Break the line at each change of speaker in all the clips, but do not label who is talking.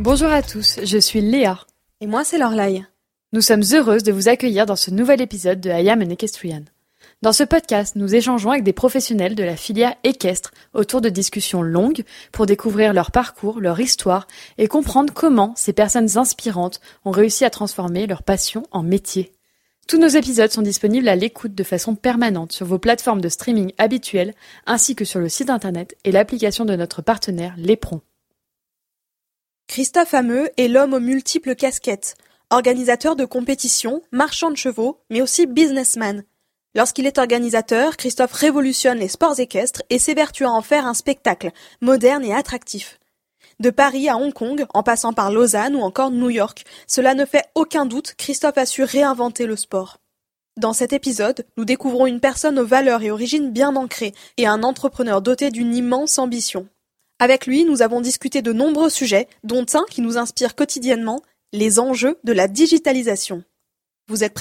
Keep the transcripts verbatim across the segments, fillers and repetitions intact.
Bonjour à tous, je suis Léa.
Et moi c'est Lorlaï.
Nous sommes heureuses de vous accueillir dans ce nouvel épisode de I Am an Equestrian. Dans ce podcast, nous échangeons avec des professionnels de la filière équestre autour de discussions longues pour découvrir leur parcours, leur histoire et comprendre comment ces personnes inspirantes ont réussi à transformer leur passion en métier. Tous nos épisodes sont disponibles à l'écoute de façon permanente sur vos plateformes de streaming habituelles ainsi que sur le site internet et l'application de notre partenaire Lépron.
Christophe Hameux est l'homme aux multiples casquettes, organisateur de compétitions, marchand de chevaux, mais aussi businessman. Lorsqu'il est organisateur, Christophe révolutionne les sports équestres et s'évertue à en faire un spectacle, moderne et attractif. De Paris à Hong Kong, en passant par Lausanne ou encore New York, cela ne fait aucun doute, Christophe a su réinventer le sport. Dans cet épisode, nous découvrons une personne aux valeurs et origines bien ancrées et un entrepreneur doté d'une immense ambition. Avec lui, nous avons discuté de nombreux sujets, dont un qui nous inspire quotidiennement, les enjeux de la digitalisation. Vous êtes prêts ?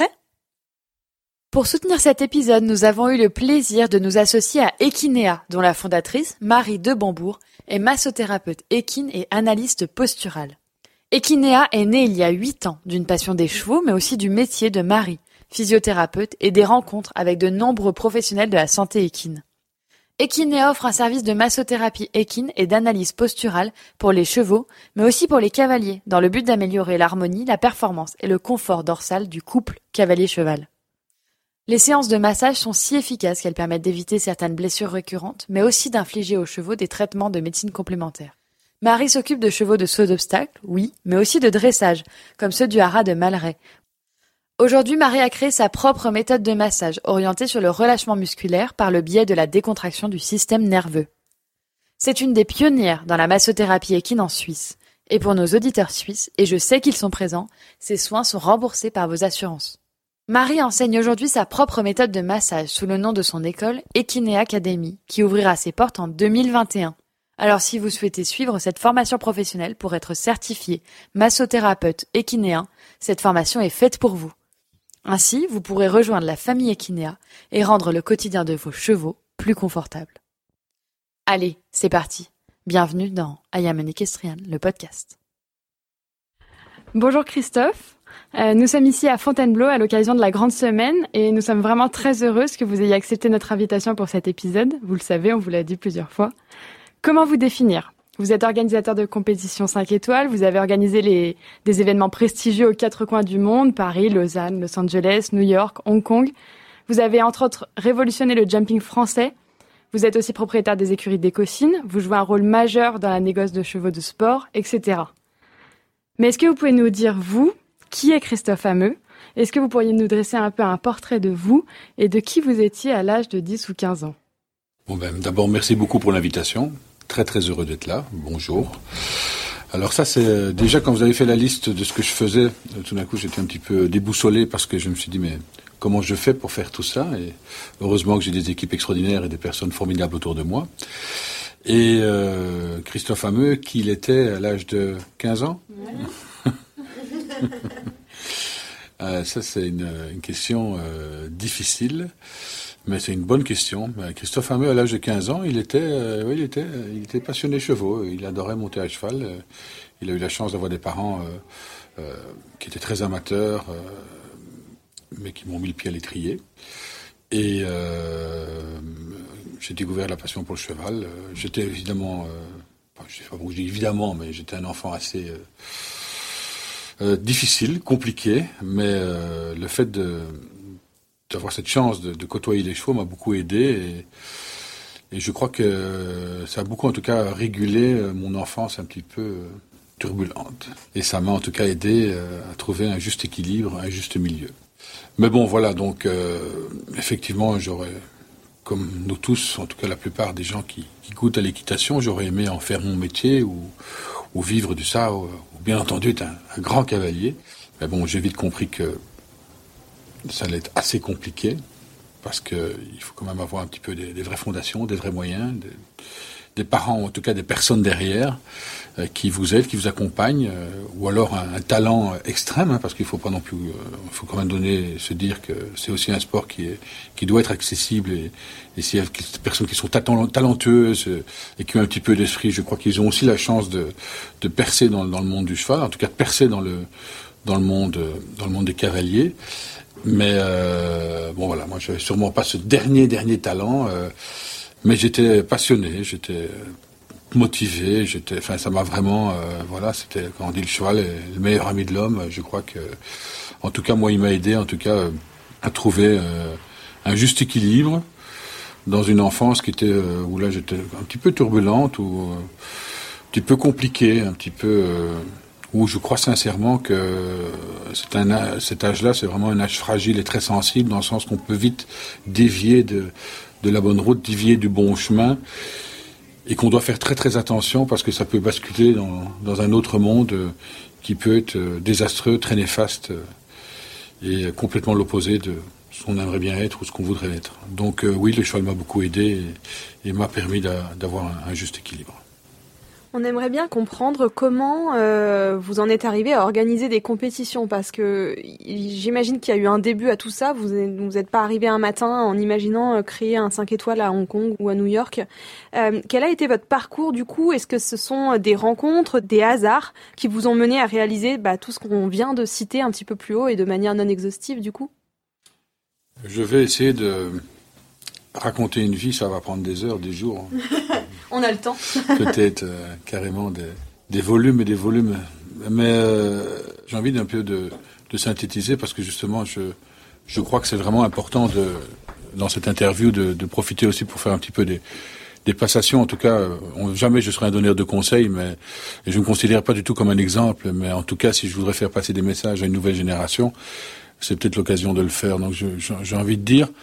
Pour soutenir cet épisode, nous avons eu le plaisir de nous associer à Equinea, dont la fondatrice, Marie de Bambourg, est massothérapeute équine et analyste posturale. Equinea est née il y a huit ans d'une passion des chevaux, mais aussi du métier de Marie, physiothérapeute, et des rencontres avec de nombreux professionnels de la santé équine. Equinea offre un service de massothérapie équine et d'analyse posturale pour les chevaux, mais aussi pour les cavaliers, dans le but d'améliorer l'harmonie, la performance et le confort dorsal du couple cavalier-cheval. Les séances de massage sont si efficaces qu'elles permettent d'éviter certaines blessures récurrentes, mais aussi d'infliger aux chevaux des traitements de médecine complémentaire. Marie s'occupe de chevaux de saut d'obstacles, oui, mais aussi de dressage, comme ceux du haras de Malray. Aujourd'hui, Marie a créé sa propre méthode de massage, orientée sur le relâchement musculaire par le biais de la décontraction du système nerveux. C'est une des pionnières dans la massothérapie équine en Suisse. Et pour nos auditeurs suisses, et je sais qu'ils sont présents, ces soins sont remboursés par vos assurances. Marie enseigne aujourd'hui sa propre méthode de massage sous le nom de son école Equinea Academy, qui ouvrira ses portes en deux mille vingt et un. Alors si vous souhaitez suivre cette formation professionnelle pour être certifié massothérapeute équinéen, cette formation est faite pour vous. Ainsi, vous pourrez rejoindre la famille Equinea et rendre le quotidien de vos chevaux plus confortable. Allez, c'est parti. Bienvenue dans I Am an Equestrian, le podcast. Bonjour Christophe. Euh, nous sommes ici à Fontainebleau à l'occasion de la Grande Semaine et nous sommes vraiment très heureuses que vous ayez accepté notre invitation pour cet épisode. Vous le savez, on vous l'a dit plusieurs fois. Comment vous définir ? Vous êtes organisateur de compétitions cinq étoiles, vous avez organisé les, des événements prestigieux aux quatre coins du monde, Paris, Lausanne, Los Angeles, New York, Hong Kong. Vous avez entre autres révolutionné le jumping français. Vous êtes aussi propriétaire des écuries d'Écosine, vous jouez un rôle majeur dans la négoce de chevaux de sport, et cetera. Mais est-ce que vous pouvez nous dire, vous, qui est Christophe Hameux ? Est-ce que vous pourriez nous dresser un peu un portrait de vous et de qui vous étiez à l'âge de dix ou quinze ans ?
Bon ben, d'abord, merci beaucoup pour l'invitation. Très très heureux d'être là. Bonjour. Alors ça, c'est déjà quand vous avez fait la liste de ce que je faisais, tout d'un coup j'étais un petit peu déboussolé parce que je me suis dit mais comment je fais pour faire tout ça ? Et heureusement que j'ai des équipes extraordinaires et des personnes formidables autour de moi. Et euh, Christophe Hameux, qui il était à l'âge de quinze ans ? Ouais. euh, ça c'est une, une question euh, difficile. Mais c'est une bonne question. Christophe Hameux, à l'âge de quinze ans, il était, euh, oui, il était, euh, il était passionné chevaux. Il adorait monter à cheval. Euh, il a eu la chance d'avoir des parents euh, euh, qui étaient très amateurs, euh, mais qui m'ont mis le pied à l'étrier. Et euh, j'ai découvert la passion pour le cheval. Euh, j'étais évidemment, euh, enfin, je sais pas pourquoi je dis évidemment, mais j'étais un enfant assez euh, euh, difficile, compliqué. Mais euh, le fait de d'avoir cette chance de, de côtoyer les chevaux m'a beaucoup aidé et, et je crois que ça a beaucoup en tout cas régulé mon enfance un petit peu turbulente et ça m'a en tout cas aidé à trouver un juste équilibre, un juste milieu. Mais bon voilà, donc euh, effectivement j'aurais, comme nous tous, en tout cas la plupart des gens qui, qui goûtent à l'équitation, j'aurais aimé en faire mon métier ou, ou vivre de ça, ou, ou bien entendu être un, un grand cavalier. Mais bon, j'ai vite compris que ça allait être assez compliqué, parce qu'il faut quand même avoir un petit peu des, des vraies fondations, des vrais moyens, des, des parents, en tout cas des personnes derrière, euh, qui vous aident, qui vous accompagnent, euh, ou alors un, un talent extrême, hein, parce qu'il faut pas non plus, il euh, faut quand même donner, se dire que c'est aussi un sport qui est, qui doit être accessible, et, et s'il y a des personnes qui sont talentueuses euh, et qui ont un petit peu d'esprit, je crois qu'ils ont aussi la chance de, de percer dans, dans le monde du cheval, en tout cas de percer dans le, dans le monde, dans le monde des cavaliers. Mais euh, bon voilà, moi j'avais sûrement pas ce dernier dernier talent, euh, mais j'étais passionné, j'étais motivé, j'étais, enfin ça m'a vraiment, euh, voilà, c'était quand on dit le cheval est le meilleur ami de l'homme. Je crois que, en tout cas moi il m'a aidé, en tout cas euh, à trouver euh, un juste équilibre dans une enfance qui était euh, où là j'étais un petit peu turbulente, ou euh, un petit peu compliquée, un petit peu. Euh, où je crois sincèrement que c'est un, cet âge-là, c'est vraiment un âge fragile et très sensible, dans le sens qu'on peut vite dévier de, de la bonne route, dévier du bon chemin, et qu'on doit faire très très attention, parce que ça peut basculer dans, dans un autre monde qui peut être désastreux, très néfaste, et complètement l'opposé de ce qu'on aimerait bien être ou ce qu'on voudrait être. Donc euh, oui, le cheval m'a beaucoup aidé et, et m'a permis d'a, d'avoir un, un juste équilibre.
On aimerait bien comprendre comment euh, vous en êtes arrivé à organiser des compétitions, parce que j'imagine qu'il y a eu un début à tout ça. Vous n'êtes pas arrivé un matin en imaginant créer un cinq étoiles à Hong Kong ou à New York. Euh, quel a été votre parcours du coup ? Est-ce que ce sont des rencontres, des hasards qui vous ont mené à réaliser bah, tout ce qu'on vient de citer un petit peu plus haut et de manière non exhaustive du coup ?
Je vais essayer de raconter une vie, ça va prendre des heures, des jours.
On a le temps.
Peut-être euh, carrément des, des volumes et des volumes. Mais euh, j'ai envie d'un peu de, de synthétiser, parce que justement, je, je crois que c'est vraiment important de, dans cette interview de, de profiter aussi pour faire un petit peu des, des passations. En tout cas, on, jamais je serai un donneur de conseils, mais et je ne me considère pas du tout comme un exemple. Mais en tout cas, si je voudrais faire passer des messages à une nouvelle génération, c'est peut-être l'occasion de le faire. Donc je, je, j'ai envie de dire,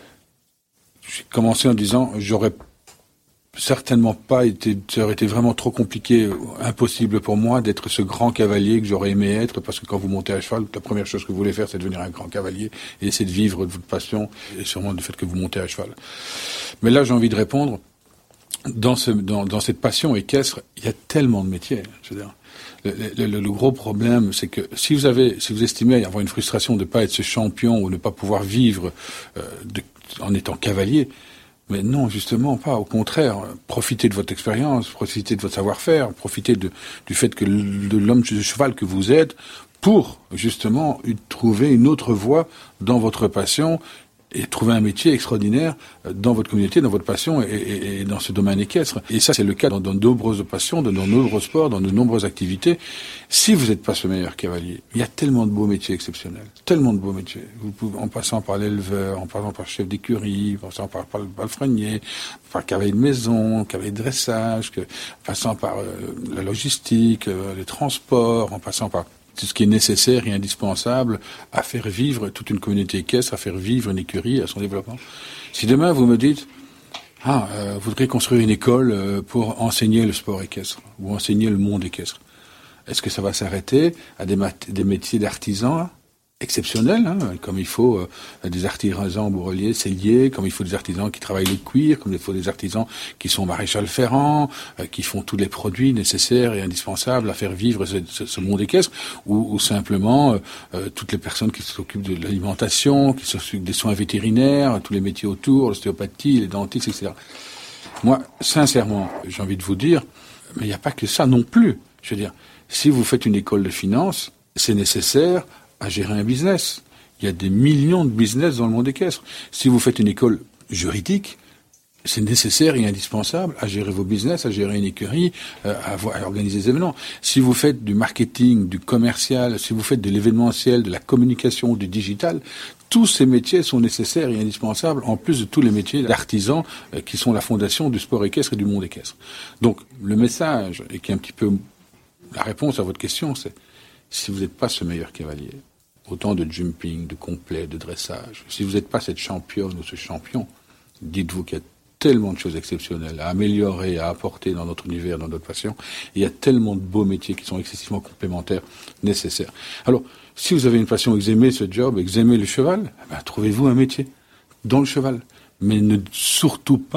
j'ai commencé en disant, j'aurais certainement pas été, ça aurait été vraiment trop compliqué, impossible pour moi d'être ce grand cavalier que j'aurais aimé être, parce que quand vous montez à cheval, la première chose que vous voulez faire, c'est devenir un grand cavalier et essayer de vivre de votre passion, et sûrement du fait que vous montez à cheval. Mais là, j'ai envie de répondre, dans ce, dans, dans cette passion équestre, il y a tellement de métiers, je veux dire. Le, le, le gros problème, c'est que si vous avez, si vous estimez avoir une frustration de ne pas être ce champion ou ne pas pouvoir vivre euh, de, en étant cavalier, mais non, justement pas. Au contraire, profitez de votre expérience, profitez de votre savoir-faire, profitez de, du fait que de l'homme de cheval que vous êtes, pour justement trouver une autre voie dans votre passion et trouver un métier extraordinaire dans votre communauté, dans votre passion et, et, et dans ce domaine équestre. Et ça, c'est le cas dans, dans de nombreuses passions, dans de nombreux sports, dans de nombreuses activités. Si vous n'êtes pas ce meilleur cavalier, il y a tellement de beaux métiers exceptionnels, tellement de beaux métiers. Vous pouvez, en passant par l'éleveur, en passant par le chef d'écurie, en passant par, par le palefrenier, par le cavalier de maison, le cavalier de dressage, que, en passant par euh, la logistique, euh, les transports, en passant par tout ce qui est nécessaire et indispensable à faire vivre toute une communauté équestre, à faire vivre une écurie, à son développement. Si demain vous me dites, ah, euh, vous voudriez construire une école euh, pour enseigner le sport équestre, ou enseigner le monde équestre, est-ce que ça va s'arrêter à des, mat- des métiers d'artisans exceptionnels, hein, comme il faut euh, des artisans bourreliers, selliers, comme il faut des artisans qui travaillent le cuir, comme il faut des artisans qui sont maréchal ferrant, euh, qui font tous les produits nécessaires et indispensables à faire vivre ce, ce, ce monde équestre, ou, ou simplement euh, euh, toutes les personnes qui s'occupent de l'alimentation, qui s'occupent des soins vétérinaires, tous les métiers autour, l'ostéopathie, les dentistes, et cetera. Moi, sincèrement, j'ai envie de vous dire, mais il n'y a pas que ça non plus. Je veux dire, si vous faites une école de finance, c'est nécessaire à gérer un business. Il y a des millions de business dans le monde équestre. Si vous faites une école juridique, c'est nécessaire et indispensable à gérer vos business, à gérer une écurie, euh, à, avoir, à organiser des événements. Si vous faites du marketing, du commercial, si vous faites de l'événementiel, de la communication, du digital, tous ces métiers sont nécessaires et indispensables, en plus de tous les métiers d'artisans euh, qui sont la fondation du sport équestre et du monde équestre. Donc, le message, et qui est un petit peu la réponse à votre question, c'est si vous n'êtes pas ce meilleur cavalier, autant de jumping, de complet, de dressage, si vous n'êtes pas cette championne ou ce champion, dites-vous qu'il y a tellement de choses exceptionnelles à améliorer, à apporter dans notre univers, dans notre passion. Et il y a tellement de beaux métiers qui sont excessivement complémentaires, nécessaires. Alors, si vous avez une passion et que vous aimez ce job et que vous aimez le cheval, eh ben, trouvez-vous un métier dans le cheval. Mais ne surtout pas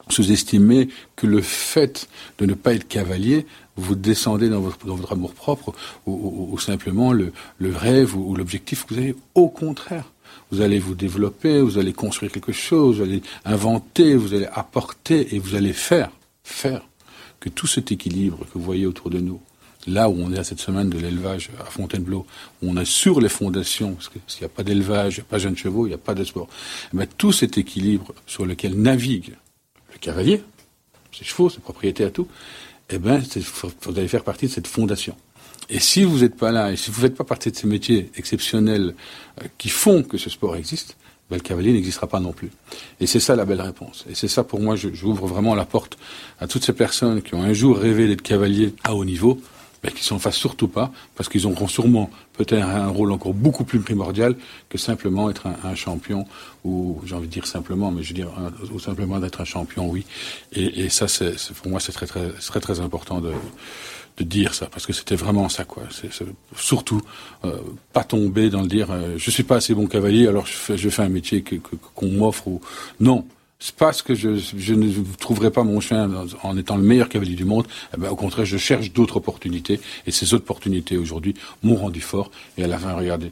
sous-estimer que le fait de ne pas être cavalier, vous descendez dans votre, dans votre amour-propre ou, ou, ou simplement le, le rêve ou, ou l'objectif que vous avez. Au contraire, vous allez vous développer, vous allez construire quelque chose, vous allez inventer, vous allez apporter et vous allez faire, faire que tout cet équilibre que vous voyez autour de nous, là où on est à cette semaine de l'élevage à Fontainebleau, où on est sur les fondations, parce que s'il n'y a pas d'élevage, il n'y a pas de jeunes chevaux, il n'y a pas de sport, eh bien, tout cet équilibre sur lequel navigue le cavalier, ses chevaux, ses propriétés à tout, eh bien, vous allez faire partie de cette fondation. Et si vous n'êtes pas là, et si vous ne faites pas partie de ces métiers exceptionnels euh, qui font que ce sport existe, ben, le cavalier n'existera pas non plus. Et c'est ça la belle réponse. Et c'est ça, pour moi, je, j'ouvre vraiment la porte à toutes ces personnes qui ont un jour rêvé d'être cavaliers à haut niveau, ben, qui s'en fassent surtout pas, parce qu'ils auront sûrement peut-être un rôle encore beaucoup plus primordial que simplement être un, un champion, ou j'ai envie de dire simplement, mais je veux dire, un, ou simplement d'être un champion, oui. Et, et ça, c'est, c'est, pour moi, c'est très, très, c'est très, très important de, de dire ça, parce que c'était vraiment ça, quoi. C'est, c'est surtout euh, pas tomber dans le dire, euh, je suis pas assez bon cavalier, alors je fais, je fais un métier que, que, qu'on m'offre, ou non. C'est parce que je, je ne trouverai pas mon chemin en étant le meilleur cavalier du monde. Eh ben, au contraire, je cherche d'autres opportunités. Et ces opportunités, aujourd'hui, m'ont rendu fort. Et à la fin, regardez,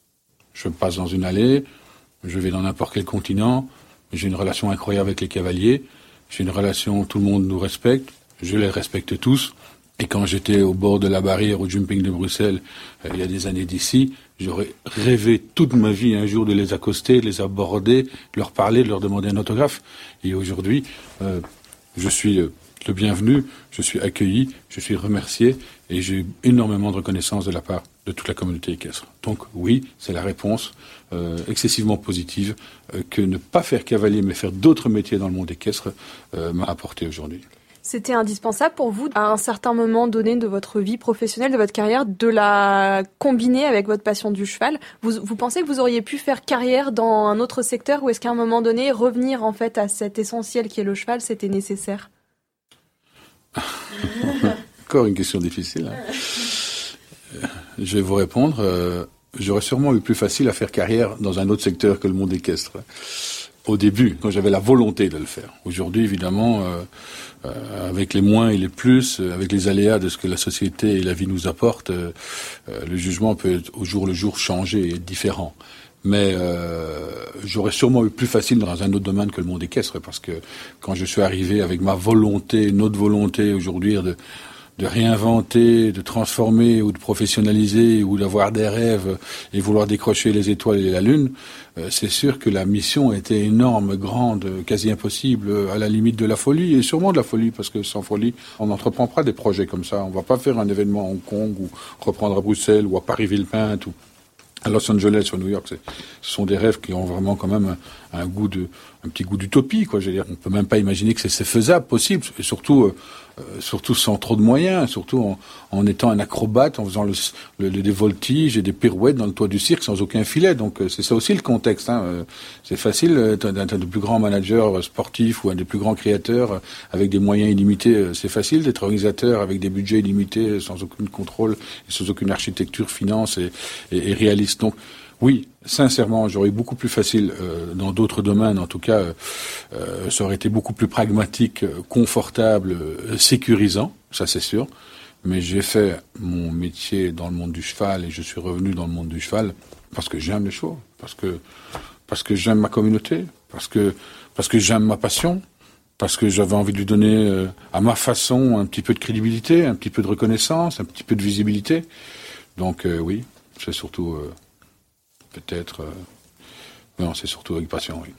je passe dans une allée, je vais dans n'importe quel continent, j'ai une relation incroyable avec les cavaliers, j'ai une relation où tout le monde nous respecte, je les respecte tous. Et quand j'étais au bord de la barrière au jumping de Bruxelles, euh, il y a des années d'ici, j'aurais rêvé toute ma vie un jour de les accoster, de les aborder, de leur parler, de leur demander un autographe. Et aujourd'hui, euh, je suis euh, le bienvenu, je suis accueilli, je suis remercié et j'ai énormément de reconnaissance de la part de toute la communauté équestre. Donc oui, c'est la réponse euh, excessivement positive euh, que ne pas faire cavalier mais faire d'autres métiers dans le monde équestre euh, m'a apporté aujourd'hui.
C'était indispensable pour vous, à un certain moment donné de votre vie professionnelle, de votre carrière, de la combiner avec votre passion du cheval. Vous, vous pensez que vous auriez pu faire carrière dans un autre secteur, ou est-ce qu'à un moment donné, revenir en fait à cet essentiel qui est le cheval, c'était nécessaire?
Encore une question difficile. Hein. Je vais vous répondre. Euh, j'aurais sûrement eu plus facile à faire carrière dans un autre secteur que le monde équestre. Au début, quand j'avais la volonté de le faire. Aujourd'hui, évidemment, euh, euh, avec les moins et les plus, euh, avec les aléas de ce que la société et la vie nous apportent, euh, euh, le jugement peut au jour le jour changer et être différent. Mais euh, j'aurais sûrement eu plus facile dans un autre domaine que le monde équestre, parce que quand je suis arrivé avec ma volonté, notre volonté aujourd'hui de de réinventer, de transformer ou de professionnaliser ou d'avoir des rêves et vouloir décrocher les étoiles et la lune, euh, c'est sûr que la mission était énorme, grande, quasi impossible, à la limite de la folie, et sûrement de la folie, parce que sans folie, on n'entreprend pas des projets comme ça. On va pas faire un événement à Hong Kong ou reprendre à Bruxelles ou à Paris-Villepinte ou à Los Angeles ou à New York. C'est, ce sont des rêves qui ont vraiment quand même un, un goût de, un petit goût d'utopie, quoi. Je veux dire, on peut même pas imaginer que c'est, c'est faisable, possible, et surtout, euh, euh, surtout sans trop de moyens, surtout en, en étant un acrobate, en faisant le, le, des voltiges et des pirouettes dans le toit du cirque sans aucun filet. Donc euh, c'est ça aussi le contexte. Hein. Euh, c'est facile euh, d'être un des plus grands managers sportifs ou un des plus grands créateurs euh, avec des moyens illimités. Euh, c'est facile d'être organisateur avec des budgets illimités, euh, sans aucun contrôle et sans aucune architecture, finance et, et, et réaliste. Donc oui, sincèrement, j'aurais eu beaucoup plus facile euh, dans d'autres domaines. En tout cas, euh, ça aurait été beaucoup plus pragmatique, confortable, euh, sécurisant, ça c'est sûr. Mais j'ai fait mon métier dans le monde du cheval et je suis revenu dans le monde du cheval parce que j'aime les chevaux, parce que parce que j'aime ma communauté, parce que parce que j'aime ma passion, parce que j'avais envie de lui donner euh, à ma façon un petit peu de crédibilité, un petit peu de reconnaissance, un petit peu de visibilité. Donc euh, oui, c'est surtout euh, peut-être... Euh, non, c'est surtout avec passion, oui.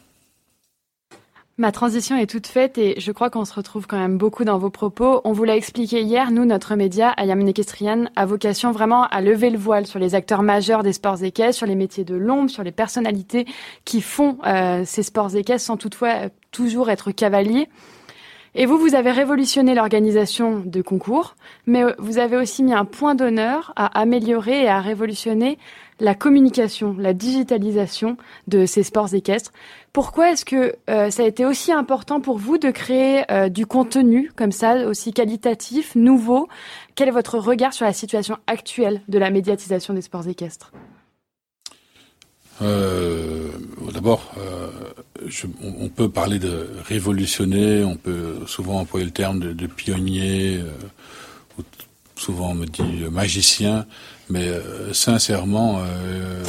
Ma transition est toute faite et je crois qu'on se retrouve quand même beaucoup dans vos propos. On vous l'a expliqué hier, nous, notre média, Ayam Equestrian, a vocation vraiment à lever le voile sur les acteurs majeurs des sports équestres, sur les métiers de l'ombre, sur les personnalités qui font euh, ces sports équestres sans toutefois euh, toujours être cavaliers. Et vous, vous avez révolutionné l'organisation de concours, mais vous avez aussi mis un point d'honneur à améliorer et à révolutionner la communication, la digitalisation de ces sports équestres. Pourquoi est-ce que euh, ça a été aussi important pour vous de créer euh, du contenu comme ça, aussi qualitatif, nouveau? Quel est votre regard sur la situation actuelle de la médiatisation des sports équestres?
Euh, d'abord, euh, je, on, on peut parler de révolutionner, on peut souvent employer le terme de, de pionnier, euh, ou souvent on me dit magicien, mais euh, sincèrement, euh,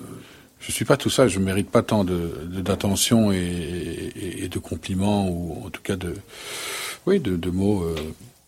je suis pas tout ça, je mérite pas tant de, de d'attention et, et, et de compliments, ou en tout cas de, oui, de, de mots euh,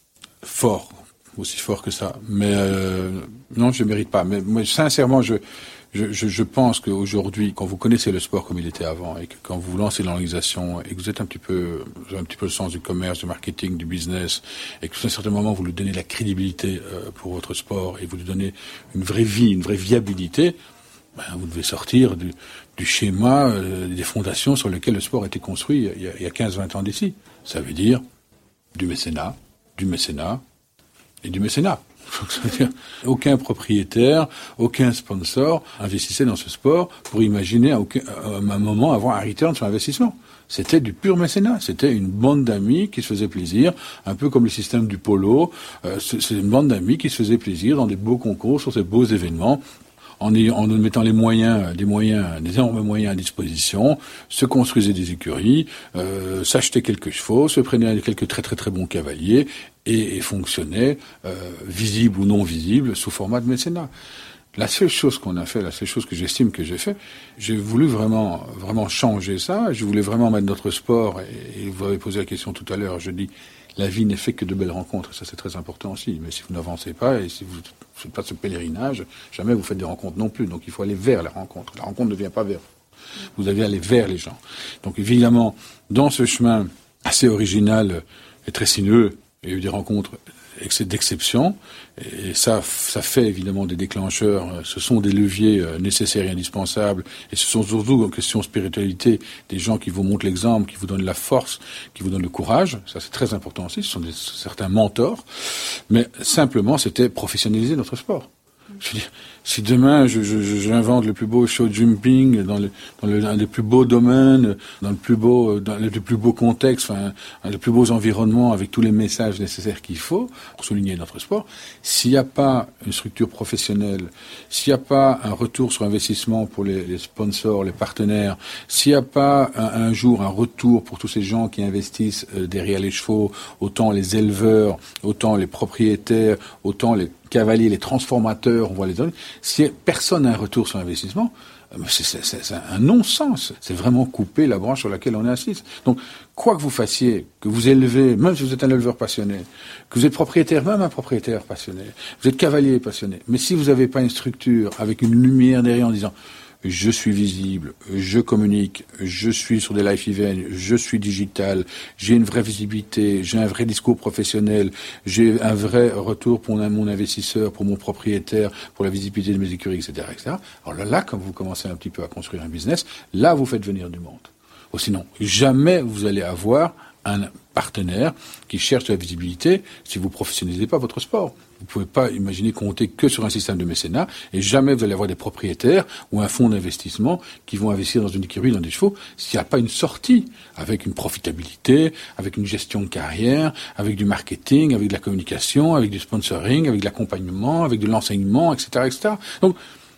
forts, aussi forts que ça. Mais euh, non, je mérite pas. Mais moi, sincèrement, je Je, je, je pense qu'aujourd'hui, quand vous connaissez le sport comme il était avant, et que quand vous vous lancez dans l'organisation, et que vous êtes un petit peu, vous avez un petit peu le sens du commerce, du marketing, du business, et que à un certain moment vous lui donnez la crédibilité euh, pour votre sport, et vous lui donnez une vraie vie, une vraie viabilité, ben, vous devez sortir du, du schéma, euh, des fondations sur lesquelles le sport a été construit il y a, il y a quinze vingt ans d'ici. Ça veut dire du mécénat, du mécénat et du mécénat. C'est-à-dire, aucun propriétaire, aucun sponsor investissait dans ce sport pour imaginer à, aucun, à un moment avoir un return sur investissement. C'était du pur mécénat. C'était une bande d'amis qui se faisait plaisir, un peu comme le système du polo. Euh, c'est, c'est une bande d'amis qui se faisait plaisir dans des beaux concours, sur ces beaux événements. En, en mettant les moyens, des moyens, des énormes moyens à disposition, se construisaient des écuries, euh, s'achetaient quelques chevaux, se prenaient quelques très très très bons cavaliers et, et fonctionnaient, euh, visibles ou non visibles, sous format de mécénat. La seule chose qu'on a fait, la seule chose que j'estime que j'ai fait, j'ai voulu vraiment vraiment changer ça. Je voulais vraiment mettre notre sport, et, et vous avez posé la question tout à l'heure, je dis, la vie n'est faite que de belles rencontres, ça c'est très important aussi. Mais si vous n'avancez pas, et si vous ne faites pas ce pèlerinage, jamais vous faites des rencontres non plus. Donc il faut aller vers la rencontre. La rencontre ne vient pas vers vous. Vous devez aller vers les gens. Donc évidemment, dans ce chemin assez original et très sinueux, il y a eu des rencontres d'exception, et ça, ça fait évidemment des déclencheurs, ce sont des leviers nécessaires et indispensables, et ce sont surtout en question de spiritualité, des gens qui vous montrent l'exemple, qui vous donnent la force, qui vous donnent le courage, ça c'est très important aussi, ce sont des, certains mentors, mais simplement c'était professionnaliser notre sport. Je veux dire, si demain je, je, j'invente le plus beau show jumping dans, le, dans le, un des plus beaux domaines, dans le plus beau, dans le plus beau contexte, enfin, un des plus beaux environnements avec tous les messages nécessaires qu'il faut pour souligner notre sport, s'il n'y a pas une structure professionnelle, s'il n'y a pas un retour sur investissement pour les, les sponsors, les partenaires, s'il n'y a pas un, un jour un retour pour tous ces gens qui investissent euh, derrière les chevaux, autant les éleveurs, autant les propriétaires, autant les cavaliers, les transformateurs, on voit les autres. Si personne n'a un retour sur investissement, c'est, c'est, c'est, c'est un non-sens. C'est vraiment couper la branche sur laquelle on est assis. Donc, quoi que vous fassiez, que vous élevez, même si vous êtes un éleveur passionné, que vous êtes propriétaire, même un propriétaire passionné, vous êtes cavalier passionné, mais si vous n'avez pas une structure avec une lumière derrière en disant je suis visible, je communique, je suis sur des live events, je suis digital, j'ai une vraie visibilité, j'ai un vrai discours professionnel, j'ai un vrai retour pour mon investisseur, pour mon propriétaire, pour la visibilité de mes écuries, et cetera, et cetera. Alors là, là, quand vous commencez un petit peu à construire un business, là, vous faites venir du monde. Ou sinon, jamais vous allez avoir un partenaire qui cherche la visibilité si vous professionnalisez pas votre sport. Vous pouvez pas imaginer compter que sur un système de mécénat, et jamais vous allez avoir des propriétaires ou un fonds d'investissement qui vont investir dans une écurie, dans des chevaux, s'il n'y a pas une sortie avec une profitabilité, avec une gestion de carrière, avec du marketing, avec de la communication, avec du sponsoring, avec de l'accompagnement, avec de l'enseignement, et cetera, et cetera. Donc,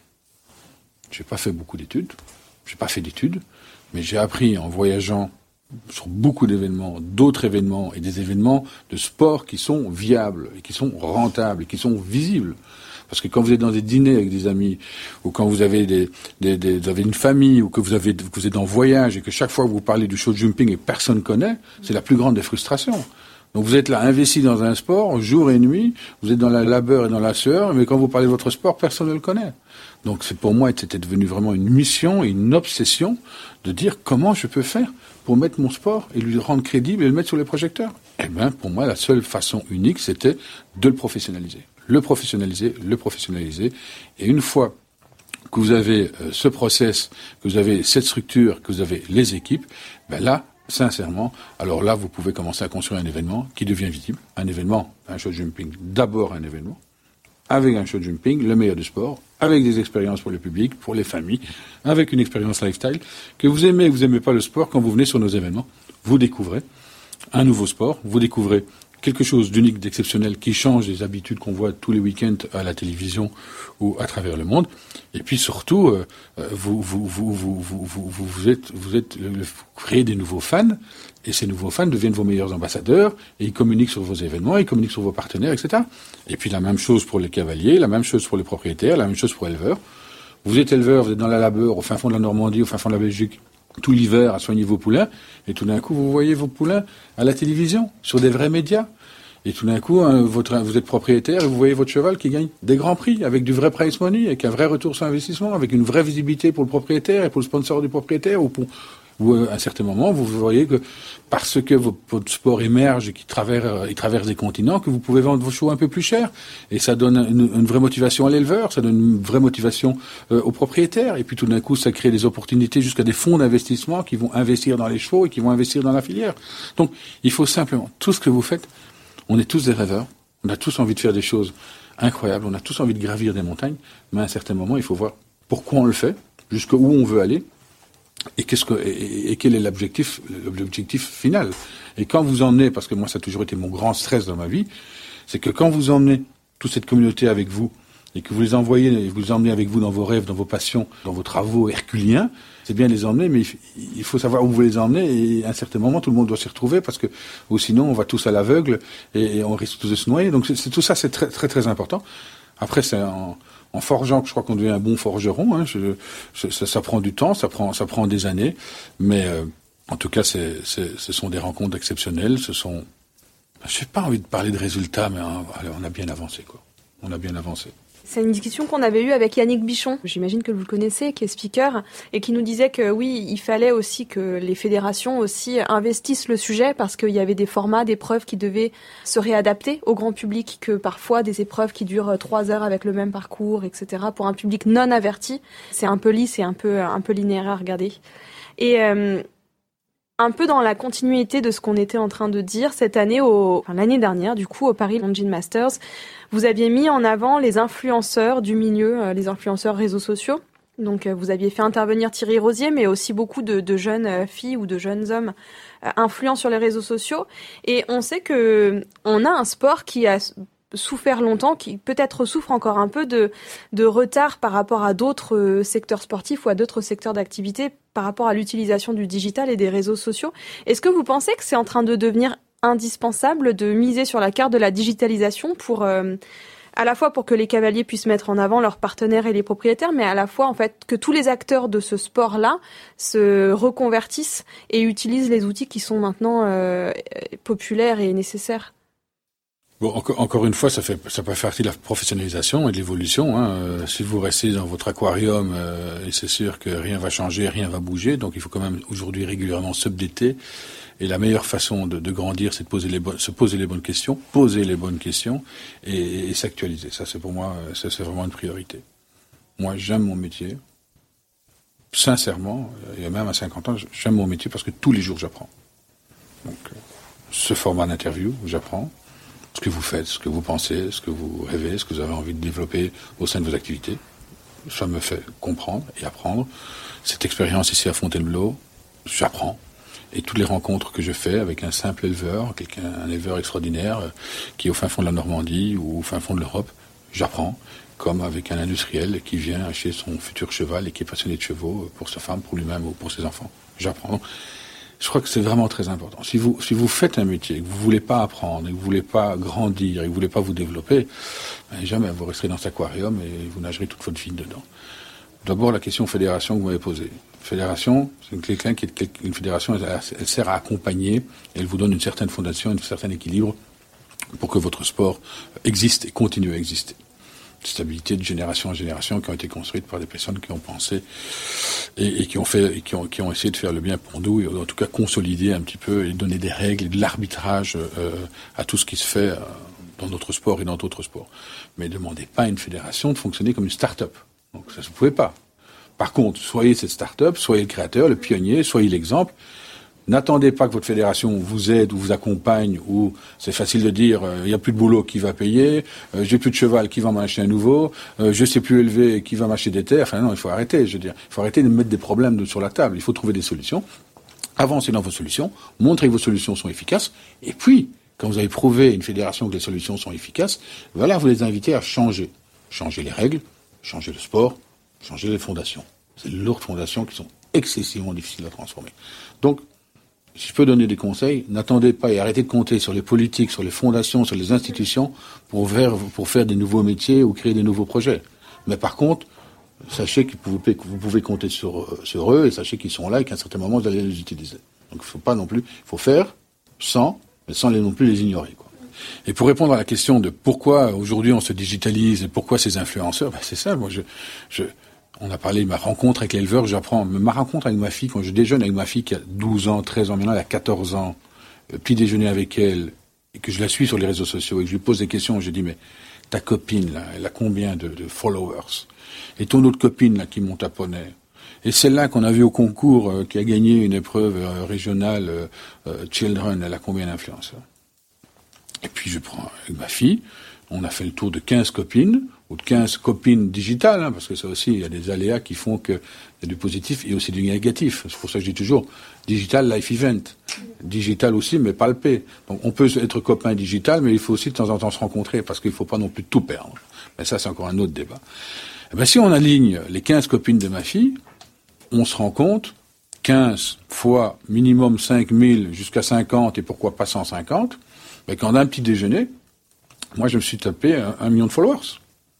j'ai pas fait beaucoup d'études, j'ai pas fait d'études, mais j'ai appris en voyageant sur beaucoup d'événements, d'autres événements et des événements de sport qui sont viables et qui sont rentables et qui sont visibles. Parce que quand vous êtes dans des dîners avec des amis, ou quand vous avez des, des, des vous avez une famille, ou que vous avez, que vous êtes en voyage et que chaque fois que vous parlez du show jumping et personne connaît, c'est la plus grande des frustrations. Donc vous êtes là, investi dans un sport, jour et nuit, vous êtes dans la labeur et dans la sueur, mais quand vous parlez de votre sport, personne ne le connaît. Donc c'est pour moi, c'était devenu vraiment une mission et une obsession de dire comment je peux faire pour mettre mon sport et lui rendre crédible et le mettre sur les projecteurs. Eh bien, pour moi, la seule façon unique, c'était de le professionnaliser. Le professionnaliser, le professionnaliser. Et une fois que vous avez euh, ce process, que vous avez cette structure, que vous avez les équipes, ben là, sincèrement, alors là, vous pouvez commencer à construire un événement qui devient visible. Un événement, un show jumping, d'abord un événement, avec un show jumping, le meilleur du sport, avec des expériences pour le public, pour les familles, avec une expérience lifestyle. Que vous aimez ou vous n'aimez pas le sport, quand vous venez sur nos événements, vous découvrez un nouveau sport, vous découvrez quelque chose d'unique, d'exceptionnel, qui change des habitudes qu'on voit tous les week-ends à la télévision ou à travers le monde. Et puis surtout, euh, vous, vous, vous, vous, vous, vous, vous, vous êtes, vous êtes, le, le, vous créez des nouveaux fans, et ces nouveaux fans deviennent vos meilleurs ambassadeurs, et ils communiquent sur vos événements, ils communiquent sur vos partenaires, et cetera. Et puis la même chose pour les cavaliers, la même chose pour les propriétaires, la même chose pour les éleveurs. Vous êtes éleveur, vous êtes dans la labeur, au fin fond de la Normandie, au fin fond de la Belgique, tout l'hiver à soigner vos poulains, et tout d'un coup, vous voyez vos poulains à la télévision, sur des vrais médias. Et tout d'un coup, hein, votre, vous êtes propriétaire et vous voyez votre cheval qui gagne des grands prix, avec du vrai prize money, avec un vrai retour sur investissement, avec une vraie visibilité pour le propriétaire et pour le sponsor du propriétaire, ou pour, ou à un certain moment, vous voyez que parce que votre sport émerge et qu'il traverse, il traverse des continents, que vous pouvez vendre vos chevaux un peu plus cher. Et ça donne une, une vraie motivation à l'éleveur, ça donne une vraie motivation euh, au propriétaire. Et puis tout d'un coup, ça crée des opportunités jusqu'à des fonds d'investissement qui vont investir dans les chevaux et qui vont investir dans la filière. Donc, il faut simplement, tout ce que vous faites, on est tous des rêveurs, on a tous envie de faire des choses incroyables, on a tous envie de gravir des montagnes, mais à un certain moment, il faut voir pourquoi on le fait, jusqu'où on veut aller, et, qu'est-ce que, et, et quel est l'objectif, l'objectif final. Et quand vous emmenez, parce que moi ça a toujours été mon grand stress dans ma vie, c'est que quand vous emmenez toute cette communauté avec vous, et que vous les envoyez, vous les emmenez avec vous dans vos rêves, dans vos passions, dans vos travaux herculiens, c'est bien les emmener, mais il faut savoir où vous les emmenez, et à un certain moment, tout le monde doit s'y retrouver, parce que, ou sinon, on va tous à l'aveugle, et, et on risque tous de se noyer. Donc, c'est, c'est, tout ça, c'est très, très, très important. Après, c'est en, en forgeant que je crois qu'on devient un bon forgeron, hein. Je, je, ça, ça prend du temps, ça prend, ça prend des années, mais, euh, en tout cas, c'est, c'est, ce sont des rencontres exceptionnelles, ce sont, je n'ai pas envie de parler de résultats, mais hein, on a bien avancé, quoi. On a bien avancé.
C'est une discussion qu'on avait eue avec Yannick Bichon, j'imagine que vous le connaissez, qui est speaker, et qui nous disait que oui, il fallait aussi que les fédérations aussi investissent le sujet, parce qu'il y avait des formats d'épreuves qui devaient se réadapter au grand public, que parfois des épreuves qui durent trois heures avec le même parcours, et cetera, pour un public non averti, c'est un peu lisse et un peu, un peu linéaire à regarder. Et euh, un peu dans la continuité de ce qu'on était en train de dire, cette année, au, enfin, l'année dernière, du coup, au Paris Longines Masters, vous aviez mis en avant les influenceurs du milieu, euh, les influenceurs réseaux sociaux. Donc, euh, vous aviez fait intervenir Thierry Rosier, mais aussi beaucoup de, de jeunes euh, filles ou de jeunes hommes euh, influents sur les réseaux sociaux. Et on sait que on a un sport qui a souffert longtemps, qui peut-être souffre encore un peu de, de retard par rapport à d'autres secteurs sportifs ou à d'autres secteurs d'activité par rapport à l'utilisation du digital et des réseaux sociaux. Est-ce que vous pensez que c'est en train de devenir indispensable de miser sur la carte de la digitalisation pour, euh, à la fois pour que les cavaliers puissent mettre en avant leurs partenaires et les propriétaires, mais à la fois en fait que tous les acteurs de ce sport-là se reconvertissent et utilisent les outils qui sont maintenant euh, populaires et nécessaires?
Bon, encore, encore une fois, ça fait, ça fait partie de la professionnalisation et de l'évolution, hein. Euh, si vous restez dans votre aquarium, euh, et c'est sûr que rien va changer, rien va bouger, donc il faut quand même aujourd'hui régulièrement s'updater. Et la meilleure façon de, de grandir, c'est de poser les bonnes, se poser les bonnes questions, poser les bonnes questions et, et s'actualiser. Ça, c'est pour moi, ça, c'est vraiment une priorité. Moi, j'aime mon métier. Sincèrement, et même à cinquante ans, j'aime mon métier parce que tous les jours, j'apprends. Donc, ce format d'interview, j'apprends. Ce que vous faites, ce que vous pensez, ce que vous rêvez, ce que vous avez envie de développer au sein de vos activités. Ça me fait comprendre et apprendre. Cette expérience ici à Fontainebleau, j'apprends. Et toutes les rencontres que je fais avec un simple éleveur, quelqu'un, un éleveur extraordinaire euh, qui est au fin fond de la Normandie ou au fin fond de l'Europe, j'apprends. Comme avec un industriel qui vient acheter son futur cheval et qui est passionné de chevaux pour sa femme, pour lui-même ou pour ses enfants. J'apprends. Donc, je crois que c'est vraiment très important. Si vous, si vous faites un métier, que vous voulez pas apprendre, et que vous voulez pas grandir, et que vous voulez pas vous développer, ben jamais vous resterez dans cet aquarium et vous nagerez toute votre vie dedans. D'abord, la question fédération que vous m'avez posée. Fédération, c'est quelqu'un qui est une fédération, elle, elle sert à accompagner, elle vous donne une certaine fondation, un certain équilibre pour que votre sport existe et continue à exister. Stabilité de génération en génération qui ont été construites par des personnes qui ont pensé et, et qui ont fait, et qui ont, qui ont essayé de faire le bien pour nous et en tout cas consolider un petit peu et donner des règles et de l'arbitrage euh, à tout ce qui se fait euh, dans notre sport et dans d'autres sports. Mais ne demandez pas à une fédération de fonctionner comme une start-up. Donc ça, vous ne pouvez pas. Par contre, soyez cette start-up, soyez le créateur, le pionnier, soyez l'exemple. N'attendez pas que votre fédération vous aide ou vous accompagne, ou c'est facile de dire il euh, n'y a plus de boulot, qui va payer, euh, j'ai plus de cheval, qui va m'acheter un nouveau, euh, je sais plus élever, qui va m'acheter des terres. Enfin non, il faut arrêter, je veux dire, il faut arrêter de mettre des problèmes de, sur la table. Il faut trouver des solutions. Avancez dans vos solutions, montrez que vos solutions sont efficaces, et puis quand vous avez prouvé une fédération que les solutions sont efficaces, voilà, vous les invitez à changer. Changer les règles, changer le sport, changer les fondations. C'est de lourdes fondations qui sont excessivement difficiles à transformer. Donc, si je peux donner des conseils, n'attendez pas et arrêtez de compter sur les politiques, sur les fondations, sur les institutions pour faire, pour faire des nouveaux métiers ou créer des nouveaux projets. Mais par contre, sachez que vous pouvez, vous pouvez compter sur, sur eux et sachez qu'ils sont là et qu'à un certain moment, vous allez les utiliser. Donc, il ne faut pas non plus, il faut faire sans, mais sans les, non plus les ignorer, quoi. Et pour répondre à la question de pourquoi aujourd'hui on se digitalise et pourquoi ces influenceurs, ben c'est ça, moi je, je, on a parlé de ma rencontre avec l'éleveur, j'apprends, ma rencontre avec ma fille, quand je déjeune avec ma fille qui a douze ans, treize ans, maintenant elle a quatorze ans, euh, petit déjeuner avec elle, et que je la suis sur les réseaux sociaux et que je lui pose des questions, je dis mais ta copine là, elle a combien de, de followers? Et ton autre copine là qui monte à poney? Et celle-là qu'on a vue au concours, euh, qui a gagné une épreuve euh, régionale, euh, euh, Children, elle a combien d'influenceurs? Et puis je prends avec ma fille, on a fait le tour de quinze copines, ou de quinze copines digitales, hein, parce que ça aussi, il y a des aléas qui font qu'il y a du positif et aussi du négatif. C'est pour ça que je dis toujours, digital life event. Digital aussi, mais palpé. Donc on peut être copain digital, mais il faut aussi de temps en temps se rencontrer, parce qu'il ne faut pas non plus tout perdre. Mais ça, c'est encore un autre débat. Et ben, si on aligne les quinze copines de ma fille, on se rend compte, quinze fois minimum cinq mille jusqu'à cinquante, et pourquoi pas cent cinquante, ben, quand on a un petit déjeuner, moi je me suis tapé un, un million de followers.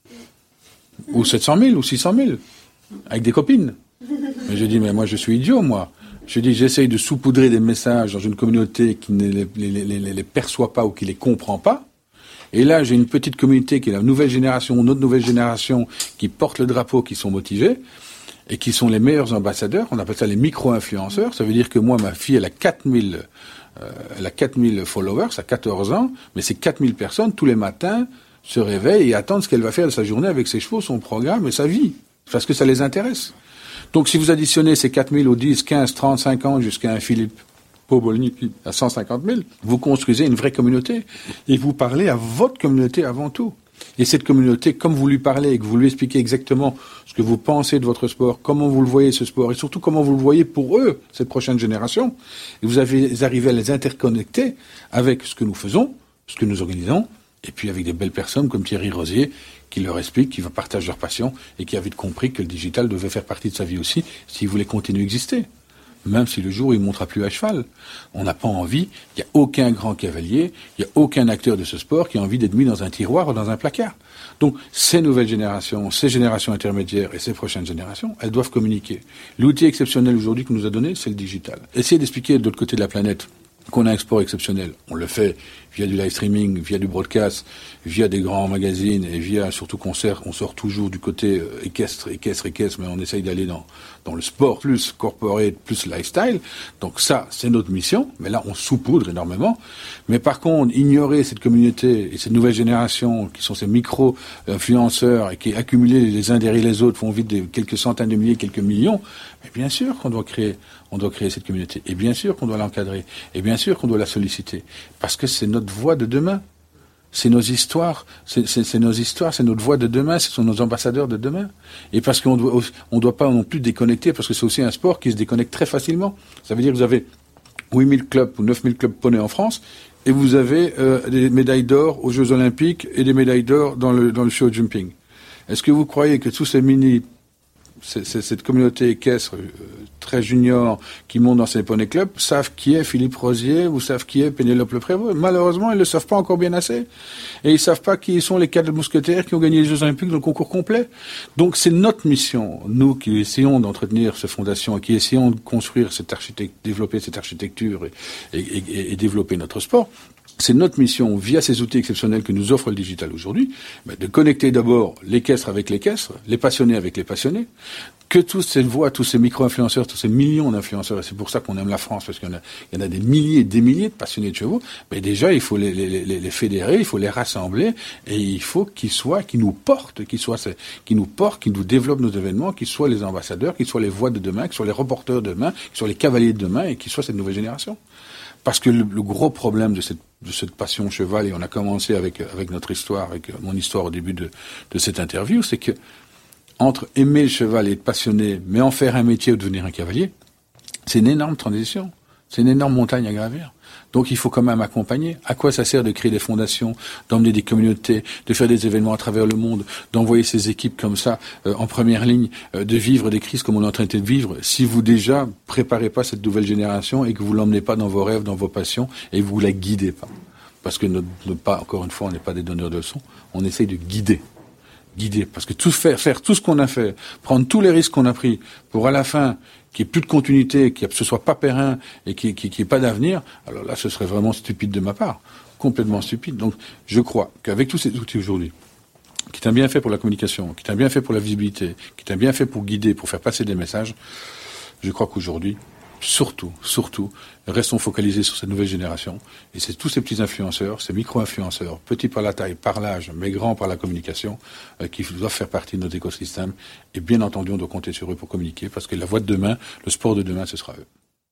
Ou sept cent mille, ou six cent mille, avec des copines. Mais j'ai dit, mais moi je suis idiot, moi. Je dis, j'essaye de saupoudrer des messages dans une communauté qui ne les, les, les, les, les perçoit pas ou qui les comprend pas. Et là, j'ai une petite communauté qui est la nouvelle génération, notre nouvelle génération, qui porte le drapeau, qui sont motivés, et qui sont les meilleurs ambassadeurs. On appelle ça les micro-influenceurs. Ça veut dire que moi, ma fille, elle a quatre mille... Euh, elle a quatre mille followers à quatorze ans, mais ces quatre mille personnes, tous les matins, se réveillent et attendent ce qu'elle va faire de sa journée avec ses chevaux, son programme et sa vie. Parce que ça les intéresse. Donc si vous additionnez ces quatre mille aux dix, quinze, trente, cinquante jusqu'à un Philippe Pobolny à cent cinquante mille, vous construisez une vraie communauté. Et vous parlez à votre communauté avant tout. Et cette communauté, comme vous lui parlez et que vous lui expliquez exactement ce que vous pensez de votre sport, comment vous le voyez ce sport, et surtout comment vous le voyez pour eux, cette prochaine génération, et vous avez, arrivez à les interconnecter avec ce que nous faisons, ce que nous organisons, et puis avec des belles personnes comme Thierry Rosier, qui leur expliquent, qui partagent leur passion, et qui avaient compris que le digital devait faire partie de sa vie aussi, s'il voulait continuer à exister. Même si le jour où il ne montera plus à cheval. On n'a pas envie, il n'y a aucun grand cavalier, il n'y a aucun acteur de ce sport qui a envie d'être mis dans un tiroir ou dans un placard. Donc, ces nouvelles générations, ces générations intermédiaires et ces prochaines générations, elles doivent communiquer. L'outil exceptionnel aujourd'hui que nous a donné, c'est le digital. Essayez d'expliquer de l'autre côté de la planète qu'on a un sport exceptionnel. On le fait via du live streaming, via du broadcast, via des grands magazines et via, surtout qu'on sort, on sort toujours du côté équestre, équestre, équestre, mais on essaye d'aller dans, dans le sport plus corporate, plus lifestyle. Donc ça, c'est notre mission. Mais là, on saupoudre énormément. Mais par contre, ignorer cette communauté et cette nouvelle génération qui sont ces micro-influenceurs et qui, accumulés les uns derrière les autres, font vite des quelques centaines de milliers, quelques millions, mais bien sûr qu'on doit créer, on doit créer cette communauté. Et bien sûr qu'on doit l'encadrer. Et bien sûr qu'on doit la solliciter. Parce que c'est notre voix de demain. C'est nos histoires. C'est, c'est, c'est nos histoires, c'est notre voix de demain. Ce sont nos ambassadeurs de demain. Et parce qu'on doit, on doit pas non plus déconnecter, parce que c'est aussi un sport qui se déconnecte très facilement. Ça veut dire que vous avez huit mille clubs ou neuf mille clubs poney en France, et vous avez euh, des médailles d'or aux Jeux Olympiques et des médailles d'or dans le, dans le show jumping. Est-ce que vous croyez que tous ces mini, c'est, c'est, cette communauté équestre euh, très junior qui monte dans ces poney clubs savent qui est Philippe Rosier ou savent qui est Pénélope Le Prévost? Malheureusement, ils ne le savent pas encore bien assez. Et ils ne savent pas qui sont les quatre mousquetaires qui ont gagné les Jeux Olympiques dans le concours complet. Donc c'est notre mission, nous qui essayons d'entretenir ces fondations et qui essayons de construire cette architecture, développer cette architecture et, et, et, et développer notre sport. C'est notre mission, via ces outils exceptionnels que nous offre le digital aujourd'hui, de connecter d'abord l'équestre avec l'équestre, les passionnés avec les passionnés, que tous ces voix, tous ces micro-influenceurs, tous ces millions d'influenceurs, et c'est pour ça qu'on aime la France, parce qu'il y en a, il y en a des milliers et des milliers de passionnés de chevaux, mais déjà, il faut les, les, les, les fédérer, il faut les rassembler, et il faut qu'ils soient, qu'ils nous portent, qu'ils soient, qu'ils nous portent, qu'ils nous développent nos événements, qu'ils soient les ambassadeurs, qu'ils soient les voix de demain, qu'ils soient les reporters de demain, qu'ils soient les cavaliers de demain, et qu'ils soient cette nouvelle génération. Parce que le, le gros problème de cette, de cette passion cheval, et on a commencé avec, avec notre histoire, avec mon histoire au début de, de cette interview, c'est que entre aimer le cheval et être passionné, mais en faire un métier ou devenir un cavalier, c'est une énorme transition. C'est une énorme montagne à gravir. Donc il faut quand même accompagner. À quoi ça sert de créer des fondations, d'emmener des communautés, de faire des événements à travers le monde, d'envoyer ces équipes comme ça euh, en première ligne, euh, de vivre des crises comme on est en train de vivre, si vous déjà préparez pas cette nouvelle génération et que vous l'emmenez pas dans vos rêves, dans vos passions, et vous la guidez pas. Parce que notre, notre pas, encore une fois, on n'est pas des donneurs de leçons, on essaye de guider. Guider. Parce que tout faire, faire tout ce qu'on a fait, prendre tous les risques qu'on a pris pour à la fin qu'il n'y ait plus de continuité, que ce soit pas périn et qu'il n'y ait, ait pas d'avenir, alors là, ce serait vraiment stupide de ma part. Complètement stupide. Donc, je crois qu'avec tous ces outils aujourd'hui, qui est un bien fait pour la communication, qui est un bien fait pour la visibilité, qui est un bien fait pour guider, pour faire passer des messages, je crois qu'aujourd'hui, surtout, surtout, restons focalisés sur cette nouvelle génération. Et c'est tous ces petits influenceurs, ces micro-influenceurs, petits par la taille, par l'âge, mais grands par la communication, euh, qui doivent faire partie de notre écosystème. Et bien entendu, on doit compter sur eux pour communiquer, parce que la voix de demain, le sport de demain, ce sera eux.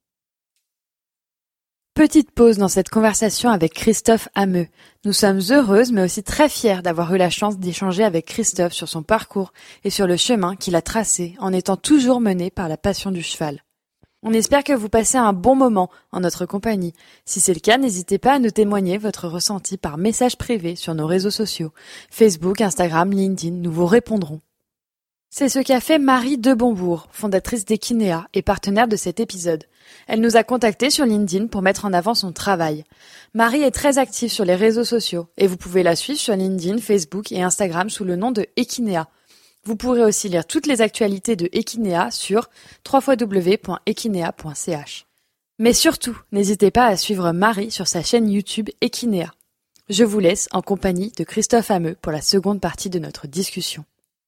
Petite pause dans cette conversation avec Christophe Hameux. Nous sommes heureuses, mais aussi très fiers d'avoir eu la chance d'échanger avec Christophe sur son parcours et sur le chemin qu'il a tracé en étant toujours mené par la passion du cheval. On espère que vous passez un bon moment en notre compagnie. Si c'est le cas, n'hésitez pas à nous témoigner votre ressenti par message privé sur nos réseaux sociaux. Facebook, Instagram, LinkedIn, nous vous répondrons. C'est ce qu'a fait Marie de Bonbourg, fondatrice d'Equinéa et partenaire de cet épisode. Elle nous a contactés sur LinkedIn pour mettre en avant son travail. Marie est très active sur les réseaux sociaux et vous pouvez la suivre sur LinkedIn, Facebook et Instagram sous le nom de Equinéa. Vous pourrez aussi lire toutes les actualités de Equinéa sur w w w point equinéa point c h. Mais surtout, n'hésitez pas à suivre Marie sur sa chaîne YouTube Equinéa. Je vous laisse en compagnie de Christophe Hameux pour la seconde partie de notre discussion.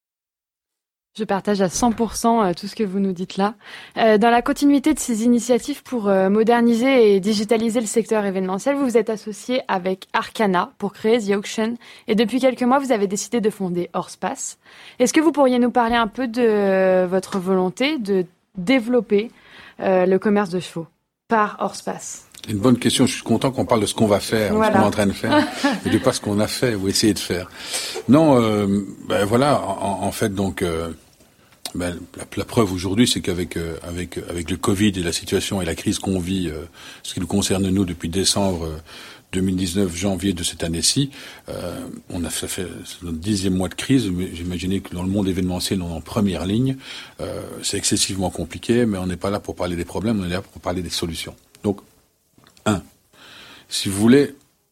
Je partage à cent pour cent tout ce que vous nous dites là. Euh, dans la continuité de ces initiatives pour euh, moderniser et digitaliser le secteur événementiel, vous vous êtes associé avec Arcana pour créer The Auction et depuis quelques mois, vous avez décidé de fonder Horspace. Est-ce que vous pourriez nous parler un peu de euh, votre volonté de développer euh, le commerce de chevaux par Horspace ?
C'est une bonne question. Je suis content qu'on parle de ce qu'on va faire, voilà. Ce qu'on est en train de faire, et de pas ce qu'on a fait ou essayé de faire. Non, euh, ben voilà, en, en fait, donc... Euh, Ben, la, la preuve aujourd'hui, c'est qu'avec euh, avec avec le Covid et la situation et la crise qu'on vit, euh, ce qui nous concerne nous depuis décembre euh, deux mille dix-neuf, janvier de cette année-ci, euh, on a ça fait c'est notre dixième mois de crise. J'imaginais que dans le monde événementiel, on est en première ligne. Euh, c'est excessivement compliqué, mais on n'est pas là pour parler des problèmes, on est là pour parler des solutions. Donc, un, si vous voulez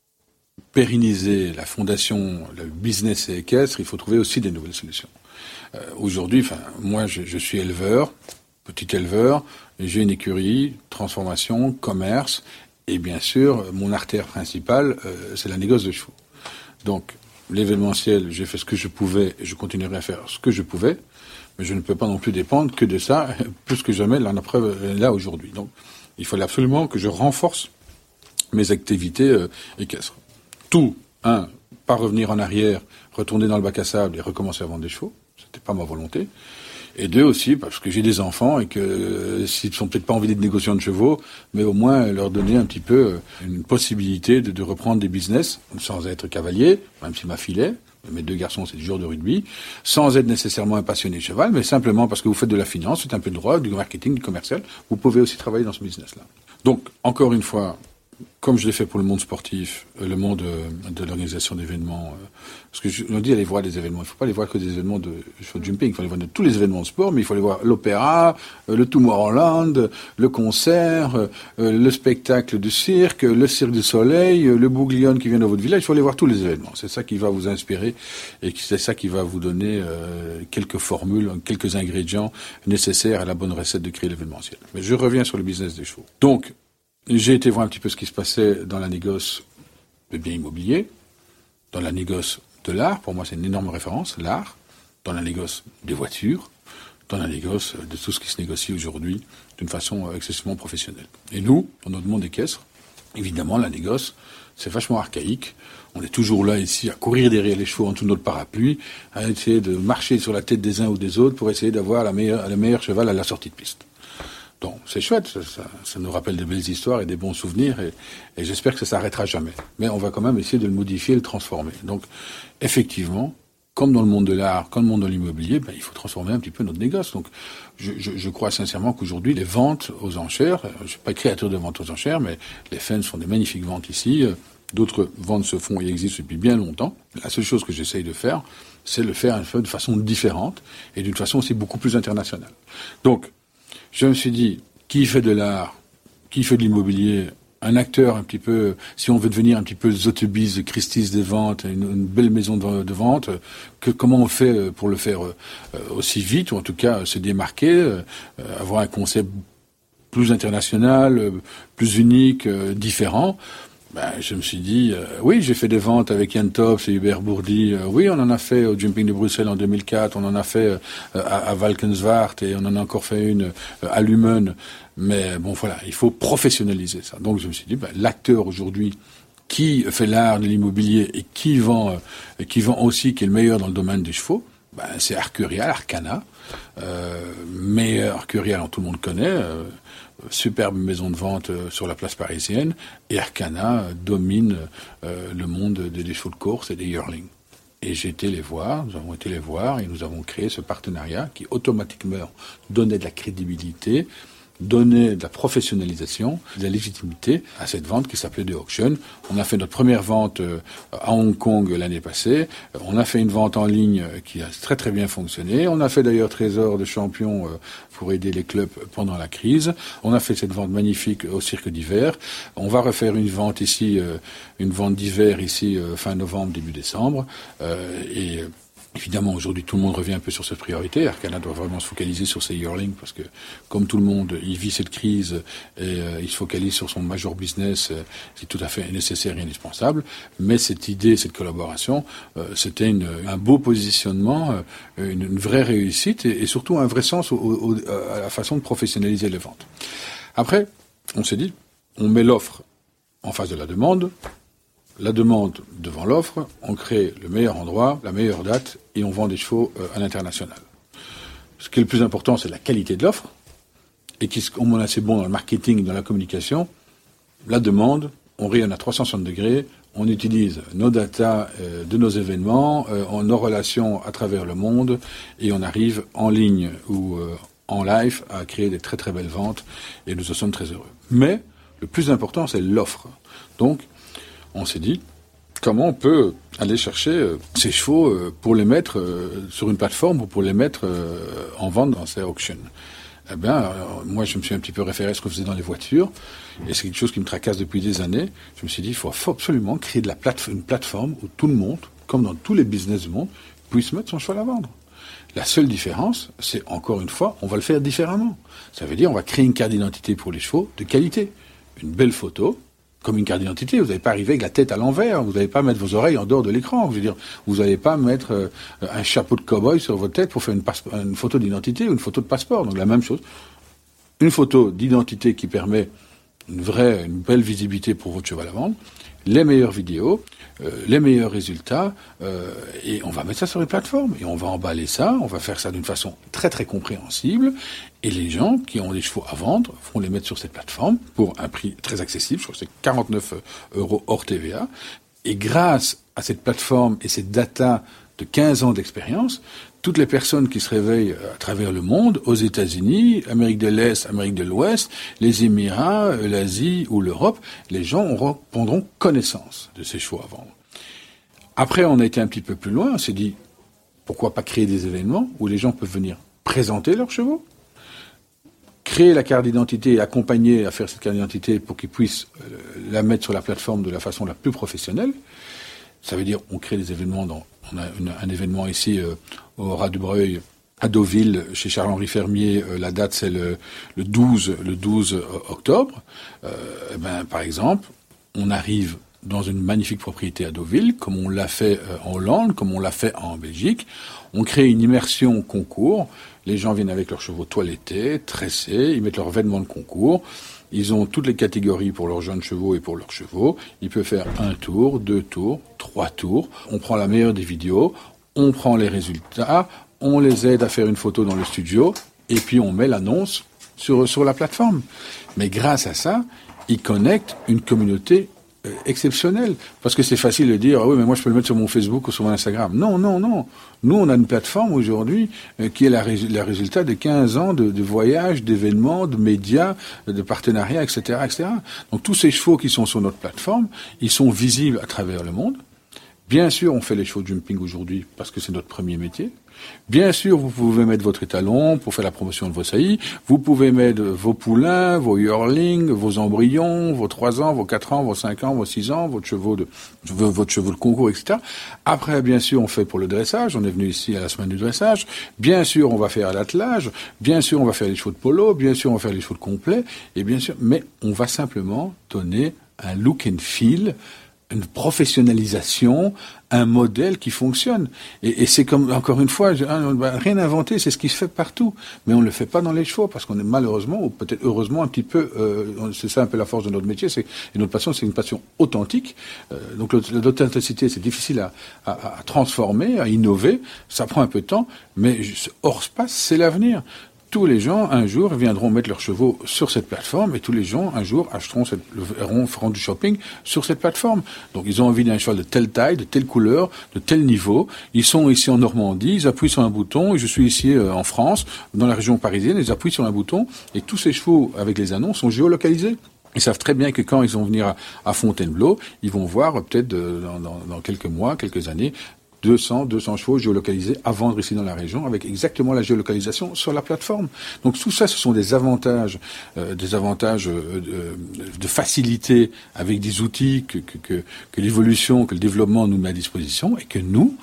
pérenniser la fondation, le business et équestre, il faut trouver aussi des nouvelles solutions. Euh, aujourd'hui, enfin, moi, je, je suis éleveur, petit éleveur, j'ai une écurie, transformation, commerce, et bien sûr, mon artère principale, euh, c'est la négoce de chevaux. Donc, l'événementiel, j'ai fait ce que je pouvais, et je continuerai à faire ce que je pouvais, mais je ne peux pas non plus dépendre que de ça, plus que jamais, là, la preuve est là aujourd'hui. Donc, il fallait absolument que je renforce mes activités euh, équestres. Tout, un, pas revenir en arrière, retourner dans le bac à sable et recommencer à vendre des chevaux. C'était pas ma volonté. Et deux aussi, parce que j'ai des enfants et que euh, s'ils ne sont peut-être pas envie d'être négociants de chevaux, mais au moins leur donner un petit peu euh, une possibilité de, de reprendre des business sans être cavalier, même si ma fille est. Mes deux garçons, c'est du jour de rugby, sans être nécessairement un passionné cheval, mais simplement parce que vous faites de la finance, c'est un peu de droit, du marketing, du commercial. Vous pouvez aussi travailler dans ce business-là. Donc, encore une fois, comme je l'ai fait pour le monde sportif, le monde de l'organisation d'événements, parce que je on dit aller voir des événements, il ne faut pas aller voir que des événements de, de jumping, il faut aller voir de tous les événements de sport, mais il faut aller voir l'opéra, le Tomorrowland, le concert, le spectacle du cirque, le Cirque du Soleil, le Bouglione qui vient dans votre village, il faut aller voir tous les événements. C'est ça qui va vous inspirer et c'est ça qui va vous donner euh, quelques formules, quelques ingrédients nécessaires à la bonne recette de créer l'événementiel. Mais je reviens sur le business des chevaux. Donc, j'ai été voir un petit peu ce qui se passait dans la négoce de biens immobiliers, dans la négoce de l'art, pour moi c'est une énorme référence, l'art, dans la négoce des voitures, dans la négoce de tout ce qui se négocie aujourd'hui d'une façon excessivement professionnelle. Et nous, dans notre monde équestre, évidemment la négoce, c'est vachement archaïque. On est toujours là ici à courir derrière les chevaux en dessous de notre parapluie, à essayer de marcher sur la tête des uns ou des autres pour essayer d'avoir la meilleure, le meilleur cheval à la sortie de piste. Donc, c'est chouette, ça, ça, ça nous rappelle des belles histoires et des bons souvenirs, et, et j'espère que ça s'arrêtera jamais. Mais on va quand même essayer de le modifier et le transformer. Donc, effectivement, comme dans le monde de l'art, comme dans le monde de l'immobilier, ben, il faut transformer un petit peu notre négoce. Donc, je, je, je crois sincèrement qu'aujourd'hui, les ventes aux enchères, je ne suis pas créateur de ventes aux enchères, mais les fans font des magnifiques ventes ici. D'autres ventes se font et existent depuis bien longtemps. La seule chose que j'essaye de faire, c'est le faire un peu de façon différente et d'une façon aussi beaucoup plus internationale. Donc, je me suis dit, qui fait de l'art, qui fait de l'immobilier, un acteur un petit peu, si on veut devenir un petit peu Sotheby's, Christie's des ventes, une, une belle maison de, de vente, que, comment on fait pour le faire euh, aussi vite, ou en tout cas se démarquer, euh, avoir un concept plus international, euh, plus unique, euh, différent. Ben, je me suis dit, euh, oui, j'ai fait des ventes avec Yann Tops et Hubert Bourdi. Euh, oui, on en a fait au Jumping de Bruxelles en deux mille quatre. On en a fait euh, à, à Valkenswaard et on en a encore fait une euh, à Lumen. Mais bon, voilà, il faut professionnaliser ça. Donc, je me suis dit, ben, l'acteur aujourd'hui qui fait l'art de l'immobilier et qui vend, euh, qui vend aussi, qui est le meilleur dans le domaine des chevaux, ben, c'est Arcurial, Arcana. Euh, meilleur Arcurial, tout le monde connaît. Euh, superbe maison de vente euh, sur la place parisienne, et Arcana euh, domine euh, le monde des, des chevaux de course et des yearlings. Et j'ai été les voir, nous avons été les voir, et nous avons créé ce partenariat qui automatiquement donnait de la crédibilité, donnait de la professionnalisation, de la légitimité à cette vente qui s'appelait The Auction. On a fait notre première vente euh, à Hong Kong l'année passée. On a fait une vente en ligne qui a très très bien fonctionné. On a fait d'ailleurs Trésor de champion euh, pour aider les clubs pendant la crise. On a fait cette vente magnifique au Cirque d'hiver. On va refaire une vente ici, euh, une vente d'hiver ici euh, fin novembre, début décembre. Euh, et Évidemment, aujourd'hui, tout le monde revient un peu sur cette priorité. Arcana doit vraiment se focaliser sur ses yearlings parce que, comme tout le monde, il vit cette crise et euh, il se focalise sur son major business. Euh, c'est tout à fait nécessaire et indispensable. Mais cette idée, cette collaboration, euh, c'était une, un beau positionnement, euh, une, une vraie réussite et, et surtout un vrai sens au, au, à la façon de professionnaliser les ventes. Après, on s'est dit, on met l'offre en face de la demande. La demande devant l'offre, on crée le meilleur endroit, la meilleure date, et on vend des chevaux euh, à l'international. Ce qui est le plus important, c'est la qualité de l'offre, et qui, comme on est assez bon dans le marketing, dans la communication, la demande, on rayonne à trois cent soixante degrés, on utilise nos datas euh, de nos événements, euh, nos relations à travers le monde, et on arrive en ligne ou euh, en live à créer des très très belles ventes, et nous en sommes très heureux. Mais le plus important, c'est l'offre. Donc, on s'est dit, comment on peut aller chercher euh, ces chevaux euh, pour les mettre euh, sur une plateforme ou pour les mettre euh, en vente dans ces auctions. Eh bien, euh, moi, je me suis un petit peu référé à ce qu'on faisait dans les voitures, et c'est quelque chose qui me tracasse depuis des années. Je me suis dit, il faut, faut absolument créer de la plate- une plateforme où tout le monde, comme dans tous les business du monde, puisse mettre son cheval à vendre. La seule différence, c'est, encore une fois, on va le faire différemment. Ça veut dire, on va créer une carte d'identité pour les chevaux de qualité. Une belle photo, comme une carte d'identité. Vous n'allez pas arriver avec la tête à l'envers. Vous n'allez pas mettre vos oreilles en dehors de l'écran. Je veux dire, vous n'allez pas mettre euh, un chapeau de cow-boy sur votre tête pour faire une, passe- une photo d'identité ou une photo de passeport. Donc la même chose. Une photo d'identité qui permet une vraie, une belle visibilité pour votre cheval à vendre, les meilleures vidéos, euh, les meilleurs résultats, euh, et on va mettre ça sur les plateformes, et on va emballer ça, on va faire ça d'une façon très très compréhensible, et les gens qui ont des chevaux à vendre vont les mettre sur cette plateforme pour un prix très accessible, je crois que c'est quarante-neuf euros hors T V A, et grâce à cette plateforme et cette data de quinze ans d'expérience, toutes les personnes qui se réveillent à travers le monde, aux États-Unis, Amérique de l'Est, Amérique de l'Ouest, les Émirats, l'Asie ou l'Europe, les gens auront, prendront connaissance de ces chevaux à vendre. Après, on a été un petit peu plus loin, on s'est dit, pourquoi pas créer des événements où les gens peuvent venir présenter leurs chevaux, créer la carte d'identité et accompagner à faire cette carte d'identité pour qu'ils puissent la mettre sur la plateforme de la façon la plus professionnelle. Ça veut dire, on crée des événements dans, on a une, un événement ici, euh, au Raz du Breuil, à Deauville, chez Charles-Henri Fermier, euh, la date c'est le, le douze, le douze octobre. Euh, eh ben, par exemple, on arrive dans une magnifique propriété à Deauville, comme on l'a fait euh, en Hollande, comme on l'a fait en Belgique. On crée une immersion concours. Les gens viennent avec leurs chevaux toilettés, tressés, ils mettent leurs vêtements de concours. Ils ont toutes les catégories pour leurs jeunes chevaux et pour leurs chevaux. Ils peuvent faire un tour, deux tours, trois tours. On prend la meilleure des vidéos, on prend les résultats, on les aide à faire une photo dans le studio, et puis on met l'annonce sur, sur la plateforme. Mais grâce à ça, ils connectent une communauté euh, exceptionnel. Parce que c'est facile de dire, ah oui, mais moi je peux le mettre sur mon Facebook ou sur mon Instagram. Non, non, non. Nous, on a une plateforme aujourd'hui euh, qui est la, rés- la résultat de quinze ans de, de voyages, d'événements, de médias, de partenariats, et cetera, et cetera. Donc tous ces chevaux qui sont sur notre plateforme, ils sont visibles à travers le monde. Bien sûr, on fait les chevaux de jumping aujourd'hui parce que c'est notre premier métier. Bien sûr, vous pouvez mettre votre étalon pour faire la promotion de vos saillies. Vous pouvez mettre vos poulains, vos yearlings, vos embryons, vos trois ans, vos quatre ans, vos cinq ans, vos six ans, votre chevaux de, votre chevaux de concours, et cetera. Après, bien sûr, on fait pour le dressage. On est venu ici à la semaine du dressage. Bien sûr, on va faire l'attelage. Bien sûr, on va faire les chevaux de polo. Bien sûr, on va faire les chevaux de complet. Et bien sûr, mais on va simplement donner un look and feel, une professionnalisation, un modèle qui fonctionne. Et, et c'est comme, encore une fois, on va rien inventer, c'est ce qui se fait partout. Mais on ne le fait pas dans les chevaux, parce qu'on est malheureusement, ou peut-être heureusement, un petit peu, euh, c'est ça un peu la force de notre métier, c'est, et notre passion, c'est une passion authentique. Euh, donc l'authenticité, c'est difficile à, à, à transformer, à innover, ça prend un peu de temps, mais hors space, c'est l'avenir. Tous les gens, un jour, viendront mettre leurs chevaux sur cette plateforme et tous les gens, un jour, achèteront cette, feront, feront du shopping sur cette plateforme. Donc, ils ont envie d'un cheval de telle taille, de telle couleur, de tel niveau. Ils sont ici en Normandie, ils appuient sur un bouton. Et je suis ici euh, en France, dans la région parisienne, ils appuient sur un bouton et tous ces chevaux, avec les annonces, sont géolocalisés. Ils savent très bien que quand ils vont venir à, à Fontainebleau, ils vont voir peut-être de, dans, dans, dans quelques mois, quelques années, deux cents, deux cents chevaux géolocalisés à vendre ici dans la région avec exactement la géolocalisation sur la plateforme. Donc tout ça, ce sont des avantages, euh, des avantages euh, de, de facilité avec des outils que, que, que, que l'évolution, que le développement nous met à disposition et que nous,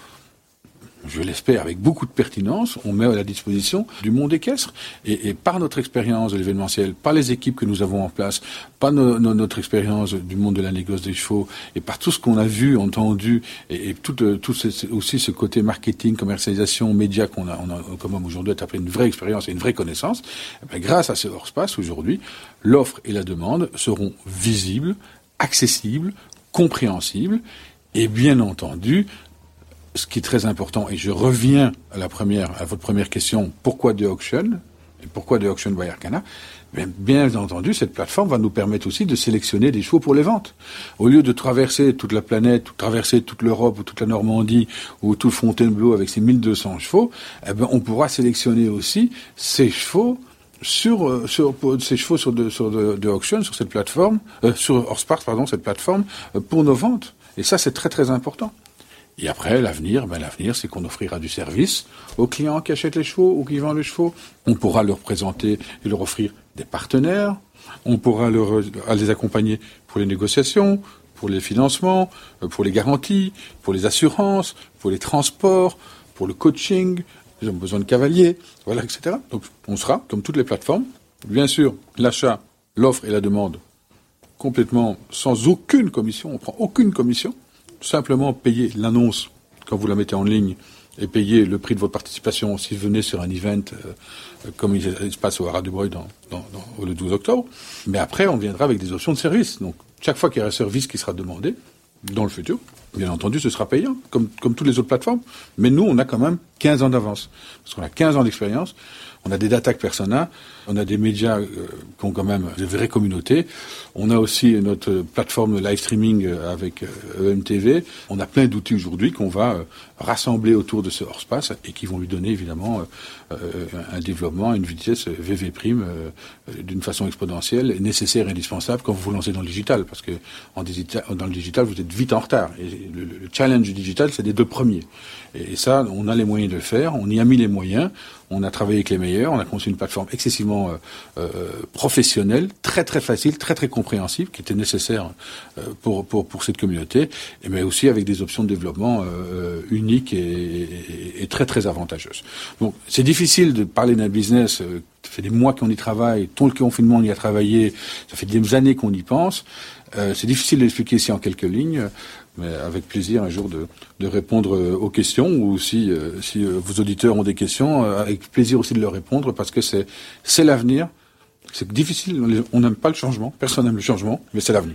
je l'espère, avec beaucoup de pertinence, on met à la disposition du monde équestre. Et, et par notre expérience de l'événementiel, par les équipes que nous avons en place, par no, no, notre expérience du monde de la négoce des chevaux, et par tout ce qu'on a vu, entendu, et, et tout, euh, tout ce, aussi ce côté marketing, commercialisation, médias qu'on a, on a quand même aujourd'hui après une vraie expérience et une vraie connaissance, et bien, grâce à ce hors-space, aujourd'hui, l'offre et la demande seront visibles, accessibles, compréhensibles, et bien entendu, ce qui est très important, et je reviens à la première, à votre première question, pourquoi The Auction et pourquoi The Auction by Arcana? Bien, bien entendu, cette plateforme va nous permettre aussi de sélectionner des chevaux pour les ventes. Au lieu de traverser toute la planète, ou traverser toute l'Europe, ou toute la Normandie, ou tout Fontainebleau avec ses mille deux cents chevaux, eh ben, on pourra sélectionner aussi ces chevaux sur, sur ces chevaux sur de, sur de, de Auction, sur cette plateforme, euh, sur Horsepark, pardon, cette plateforme, euh, pour nos ventes. Et ça, c'est très très important. Et après, l'avenir, ben, l'avenir, c'est qu'on offrira du service aux clients qui achètent les chevaux ou qui vendent les chevaux. On pourra leur présenter et leur offrir des partenaires. On pourra leur, les accompagner pour les négociations, pour les financements, pour les garanties, pour les assurances, pour les transports, pour le coaching. Ils ont besoin de cavaliers, voilà, et cetera. Donc, on sera, comme toutes les plateformes, bien sûr, l'achat, l'offre et la demande, complètement sans aucune commission. On ne prend aucune commission. Simplement payer l'annonce quand vous la mettez en ligne et payer le prix de votre participation si vous venez sur un event euh, comme il, il se passe au Haras de Breuil dans, dans, dans, le douze octobre. Mais après, on viendra avec des options de service. Donc, chaque fois qu'il y a un service qui sera demandé, dans le futur, bien entendu, ce sera payant, comme, comme toutes les autres plateformes. Mais nous, on a quand même quinze ans d'avance. Parce qu'on a quinze ans d'expérience. On a des data persona, on a des médias euh, qui ont quand même des vraies communautés. On a aussi notre plateforme de live streaming avec euh, E M T V. On a plein d'outils aujourd'hui qu'on va euh, rassembler autour de ce hors-space et qui vont lui donner évidemment euh, euh, un développement, une vitesse V V prime euh, d'une façon exponentielle, nécessaire et indispensable quand vous vous lancez dans le digital. Parce que en digital, dans le digital, vous êtes vite en retard. Et le, le challenge du digital, c'est des deux premiers. Et, et ça, on a les moyens de le faire. On y a mis les moyens. On a travaillé avec les meilleurs, on a conçu une plateforme excessivement euh, euh, professionnelle, très très facile, très très compréhensible, qui était nécessaire euh, pour pour pour cette communauté, et mais aussi avec des options de développement euh, uniques et, et, et très très avantageuses. Donc c'est difficile de parler d'un business. Euh, ça fait des mois qu'on y travaille, tout le confinement on y a travaillé, ça fait des années qu'on y pense. Euh, c'est difficile d'expliquer ici en quelques lignes. Mais avec plaisir un jour de, de répondre aux questions, ou si, euh, si euh, vos auditeurs ont des questions, euh, avec plaisir aussi de leur répondre, parce que c'est, c'est l'avenir. C'est difficile, on n'aime pas le changement, personne n'aime le changement, mais c'est l'avenir.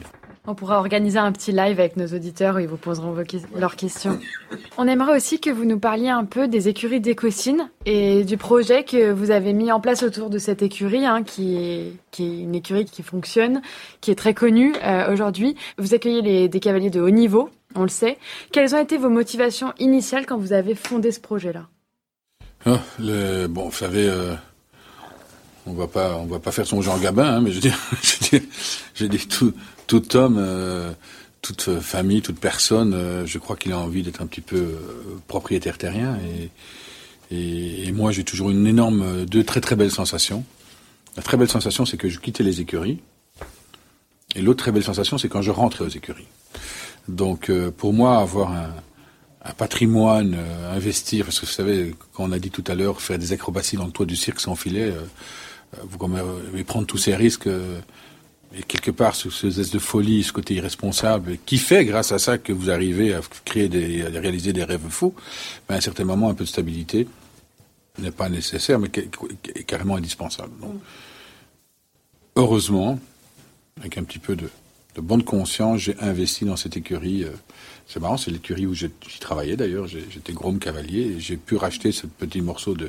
On pourra organiser un petit live avec nos auditeurs où ils vous poseront vos que- leurs questions. On aimerait aussi que vous nous parliez un peu des écuries d'Ecocine et du projet que vous avez mis en place autour de cette écurie, hein, qui est, qui est une écurie qui fonctionne, qui est très connue euh, aujourd'hui. Vous accueillez les, des cavaliers de haut niveau, on le sait. Quelles ont été vos motivations initiales quand vous avez fondé ce projet-là ?
Ah, le, bon, vous savez, euh, on va pas, on va pas faire son Jean Gabin, hein, mais je veux dire, je veux dire, je veux dire tout, tout homme, euh, toute famille, toute personne, euh, je crois qu'il a envie d'être un petit peu euh, propriétaire terrien. Et, et, et moi, j'ai toujours une énorme, deux très très belles sensations. La très belle sensation, c'est que je quittais les écuries. Et l'autre très belle sensation, c'est quand je rentrais aux écuries. Donc, euh, pour moi, avoir un, un patrimoine, euh, investir, parce que vous savez, quand on a dit tout à l'heure, faire des acrobaties dans le toit du cirque sans filet, euh, vous quand même, euh, prendre tous ces risques. Euh, Et quelque part, ce, ce geste de folie, ce côté irresponsable, qui fait, grâce à ça, que vous arrivez à créer des, à réaliser des rêves fous, mais à un certain moment, un peu de stabilité n'est pas nécessaire, mais est carrément indispensable. Donc, heureusement, avec un petit peu de, de bonne conscience, j'ai investi dans cette écurie. C'est marrant, c'est l'écurie où j'y travaillais d'ailleurs. J'étais Grom Cavalier et j'ai pu racheter ce petit morceau de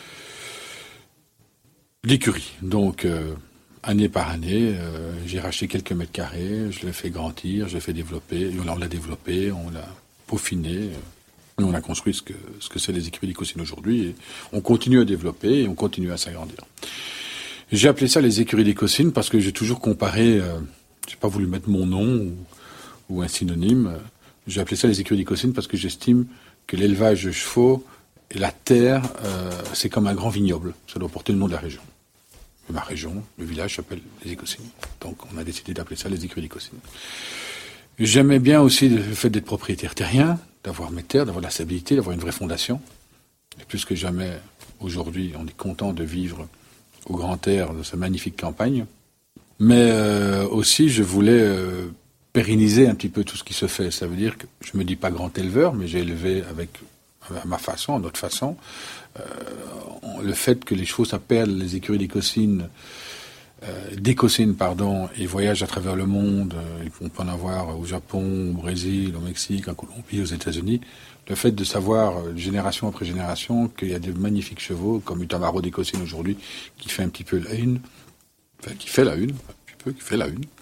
l'écurie. Donc, euh, année par année, euh, j'ai racheté quelques mètres carrés, je l'ai fait grandir, je l'ai fait développer, on l'a développé, on l'a peaufiné, et on a construit ce que ce que c'est les écuries d'Ecocine aujourd'hui, et on continue à développer et on continue à s'agrandir. J'ai appelé ça les écuries d'Ecocine parce que j'ai toujours comparé, euh, j'ai pas voulu mettre mon nom ou, ou un synonyme, euh, j'ai appelé ça les écuries d'Ecocine parce que j'estime que l'élevage de chevaux et la terre, euh, c'est comme un grand vignoble, ça doit porter le nom de la région. Ma région, le village s'appelle les Écosines. Donc on a décidé d'appeler ça les écuries d'Ecocine. J'aimais bien aussi le fait d'être propriétaire terrien, d'avoir mes terres, d'avoir de la stabilité, d'avoir une vraie fondation. Et plus que jamais, aujourd'hui, on est content de vivre au grand air de sa magnifique campagne. Mais euh, aussi, je voulais euh, pérenniser un petit peu tout ce qui se fait. Ça veut dire que je me dis pas grand éleveur, mais j'ai élevé avec à ma façon, à notre façon. Euh, le fait que les chevaux s'appellent les écuries d'Ecocine, euh, d'Ecocine, pardon, et voyagent à travers le monde, euh, on peut en avoir au Japon, au Brésil, au Mexique, en Colombie, aux États-Unis. Le fait de savoir, euh, génération après génération, qu'il y a de magnifiques chevaux, comme Utamaro d'Ecocine aujourd'hui, qui fait un petit peu la une, enfin, qui fait la une, un petit peu, qui fait la une,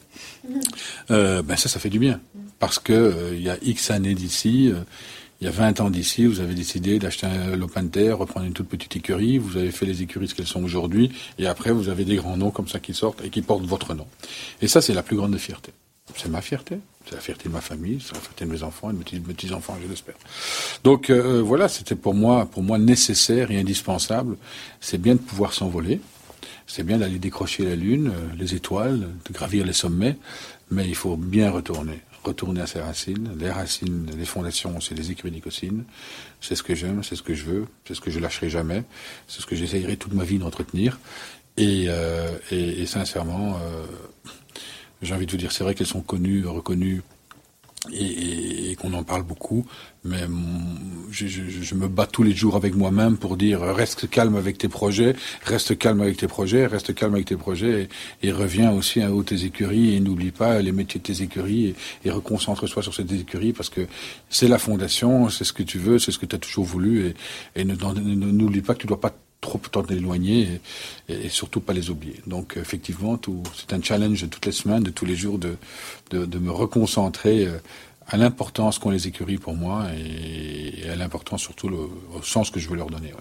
euh, ben ça, ça fait du bien. Parce que euh, il y a X années d'ici, euh, il y a vingt ans d'ici, vous avez décidé d'acheter un lopin de terre, reprendre une toute petite écurie, vous avez fait les écuries ce qu'elles sont aujourd'hui, et après vous avez des grands noms comme ça qui sortent et qui portent votre nom. Et ça, c'est la plus grande fierté. C'est ma fierté, c'est la fierté de ma famille, c'est la fierté de mes enfants et de mes petits, mes petits enfants, je l'espère. Donc euh, voilà, c'était pour moi, pour moi nécessaire et indispensable. C'est bien de pouvoir s'envoler, c'est bien d'aller décrocher la lune, euh, les étoiles, de gravir les sommets, mais il faut bien retourner. Retourner à ses racines. Les racines, les fondations, c'est les écuries d'Ecocine. C'est ce que j'aime, c'est ce que je veux, c'est ce que je lâcherai jamais, c'est ce que j'essayerai toute ma vie d'entretenir. Et, euh, et, et sincèrement, euh, j'ai envie de vous dire, c'est vrai qu'elles sont connues, reconnues, et, et, et qu'on en parle beaucoup, mais je, je, je me bats tous les jours avec moi-même pour dire reste calme avec tes projets, reste calme avec tes projets, reste calme avec tes projets, et, et reviens aussi à haut tes écuries, et n'oublie pas les métiers de tes écuries, et, et reconcentre-toi sur ces écuries, parce que c'est la fondation, c'est ce que tu veux, c'est ce que tu as toujours voulu, et, et ne, n'oublie pas que tu dois pas trop t'en éloigner, et, et surtout pas les oublier. Donc effectivement, tout, c'est un challenge de toutes les semaines, de tous les jours, de, de, de me reconcentrer à l'importance qu'ont les écuries pour moi, et, et à l'importance surtout le, au sens que je veux leur donner.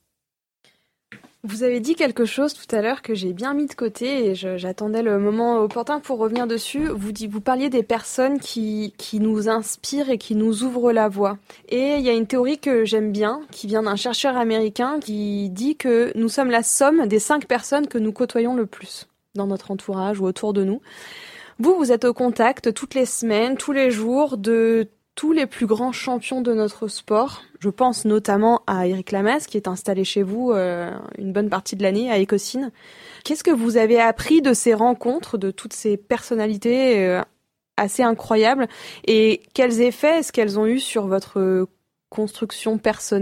Ouais.
Vous avez dit quelque chose tout à l'heure que j'ai bien mis de côté et je, j'attendais le moment opportun pour revenir dessus. Vous, dit, vous parliez des personnes qui, qui nous inspirent et qui nous ouvrent la voie. Et il y a une théorie que j'aime bien, qui vient d'un chercheur américain qui dit que nous sommes la somme des cinq personnes que nous côtoyons le plus dans notre entourage ou autour de nous. Vous, vous êtes au contact toutes les semaines, tous les jours de tous les plus grands champions de notre sport. Je pense notamment à Eric Lamaze, qui est installé chez vous euh, une bonne partie de l'année à Ecocine. Qu'est-ce que vous avez appris de ces rencontres, de toutes ces personnalités euh, assez incroyables, et quels effets est-ce qu'elles ont eu sur votre construction personnelle ?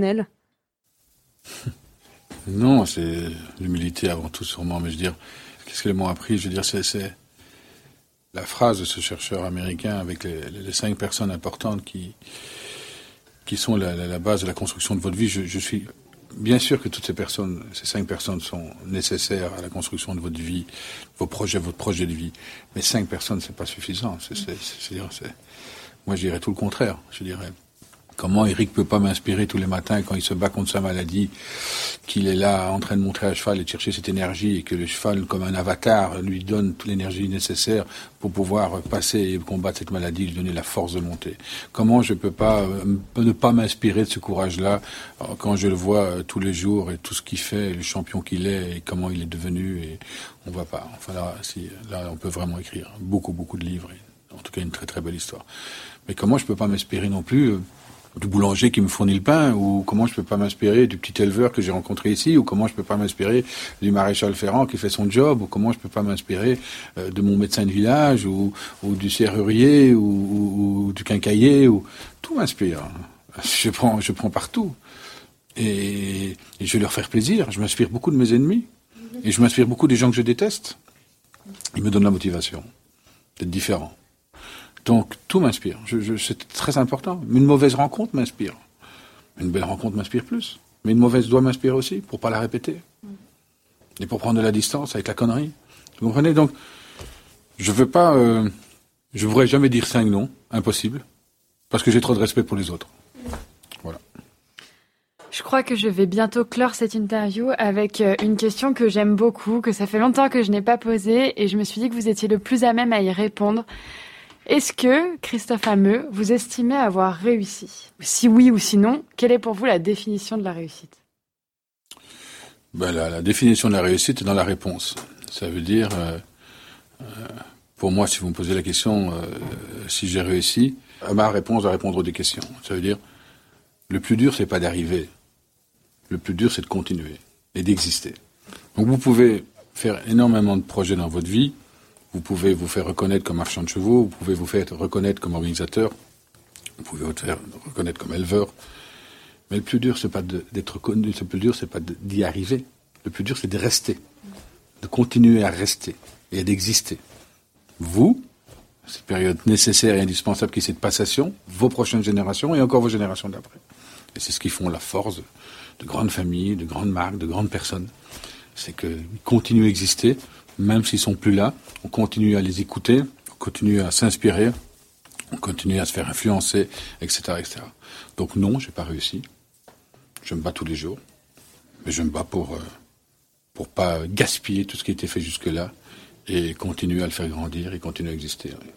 Non, c'est l'humilité avant tout sûrement, mais je veux dire, qu'est-ce qu'elles m'ont appris ? Je veux dire, c'est... c'est... La phrase de ce chercheur américain avec les, les cinq personnes importantes qui, qui sont la, la, la base de la construction de votre vie, je, je suis bien sûr que toutes ces personnes, ces cinq personnes sont nécessaires à la construction de votre vie, vos projets, votre projet de vie. Mais cinq personnes, c'est pas suffisant. C'est, c'est, c'est, c'est, c'est, moi, je dirais tout le contraire. Je dirais, comment Eric peut pas m'inspirer tous les matins quand il se bat contre sa maladie, qu'il est là en train de monter à cheval et de chercher cette énergie et que le cheval, comme un avatar, lui donne toute l'énergie nécessaire pour pouvoir passer et combattre cette maladie, lui donner la force de monter. Comment je peux pas euh, ne pas m'inspirer de ce courage-là quand je le vois euh, tous les jours et tout ce qu'il fait, le champion qu'il est et comment il est devenu et on va pas. Enfin là, si, là, on peut vraiment écrire beaucoup, beaucoup de livres. Et, en tout cas, une très, très belle histoire. Mais comment je peux pas m'inspirer non plus euh, du boulanger qui me fournit le pain, ou comment je peux pas m'inspirer du petit éleveur que j'ai rencontré ici, ou comment je peux pas m'inspirer du maréchal Ferrand qui fait son job, ou comment je peux pas m'inspirer euh, de mon médecin de village, ou, ou du serrurier, ou, ou, ou du quincaillier, ou tout m'inspire. Je prends, je prends partout. Et, et je vais leur faire plaisir. Je m'inspire beaucoup de mes ennemis, et je m'inspire beaucoup des gens que je déteste. Ils me donnent la motivation d'être différent. Donc, tout m'inspire. Je, je, c'est très important. Une mauvaise rencontre m'inspire. Une belle rencontre m'inspire plus. Mais une mauvaise doit m'inspirer aussi, pour pas la répéter. Et pour prendre de la distance avec la connerie. Vous comprenez? Donc, je veux pas... Euh, je voudrais jamais dire cinq noms. Impossible. Parce que j'ai trop de respect pour les autres. Voilà.
Je crois que je vais bientôt clore cette interview avec une question que j'aime beaucoup, que ça fait longtemps que je n'ai pas posée, et je me suis dit que vous étiez le plus à même à y répondre. Est-ce que, Christophe Hameux, vous estimez avoir réussi? Si oui ou sinon, quelle est pour vous la définition de la réussite?
Ben, la, la définition de la réussite est dans la réponse. Ça veut dire, euh, euh, pour moi, si vous me posez la question, euh, si j'ai réussi, ma réponse va répondre aux des questions. Ça veut dire, le plus dur, c'est pas d'arriver. Le plus dur, c'est de continuer et d'exister. Donc vous pouvez faire énormément de projets dans votre vie. Vous pouvez vous faire reconnaître comme marchand de chevaux, vous pouvez vous faire reconnaître comme organisateur, vous pouvez vous faire reconnaître comme éleveur. Mais le plus dur, c'est pas de, d'être connu, le plus dur, c'est pas de, d'y arriver. Le plus dur, c'est de rester, de continuer à rester et d'exister. Vous, cette période nécessaire et indispensable qui est cette passation, vos prochaines générations et encore vos générations d'après. Et c'est ce qui font la force de, de grandes familles, de grandes marques, de grandes personnes. C'est qu'ils continuent à exister, même s'ils sont plus là, on continue à les écouter, on continue à s'inspirer, on continue à se faire influencer, et cetera, et cetera. Donc non, j'ai pas réussi. Je me bats tous les jours, mais je me bats pour euh, pour pas gaspiller tout ce qui a été fait jusque-là et continuer à le faire grandir et continuer à exister. Oui.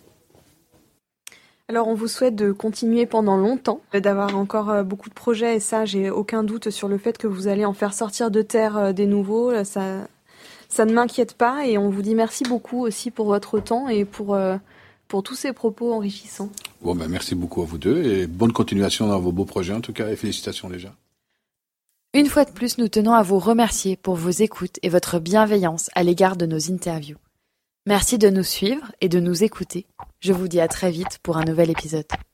Alors on vous souhaite de continuer pendant longtemps, d'avoir encore beaucoup de projets, et ça, j'ai aucun doute sur le fait que vous allez en faire sortir de terre des nouveaux. Ça, ça ne m'inquiète pas, et on vous dit merci beaucoup aussi pour votre temps et pour, euh, pour tous ces propos enrichissants. Bon, ben merci beaucoup à vous deux, et bonne continuation dans vos beaux projets en tout cas, et félicitations déjà.
Une fois de plus, nous tenons à vous remercier pour vos écoutes et votre bienveillance à l'égard de nos interviews. Merci de nous suivre et de nous écouter. Je vous dis à très vite pour un nouvel épisode.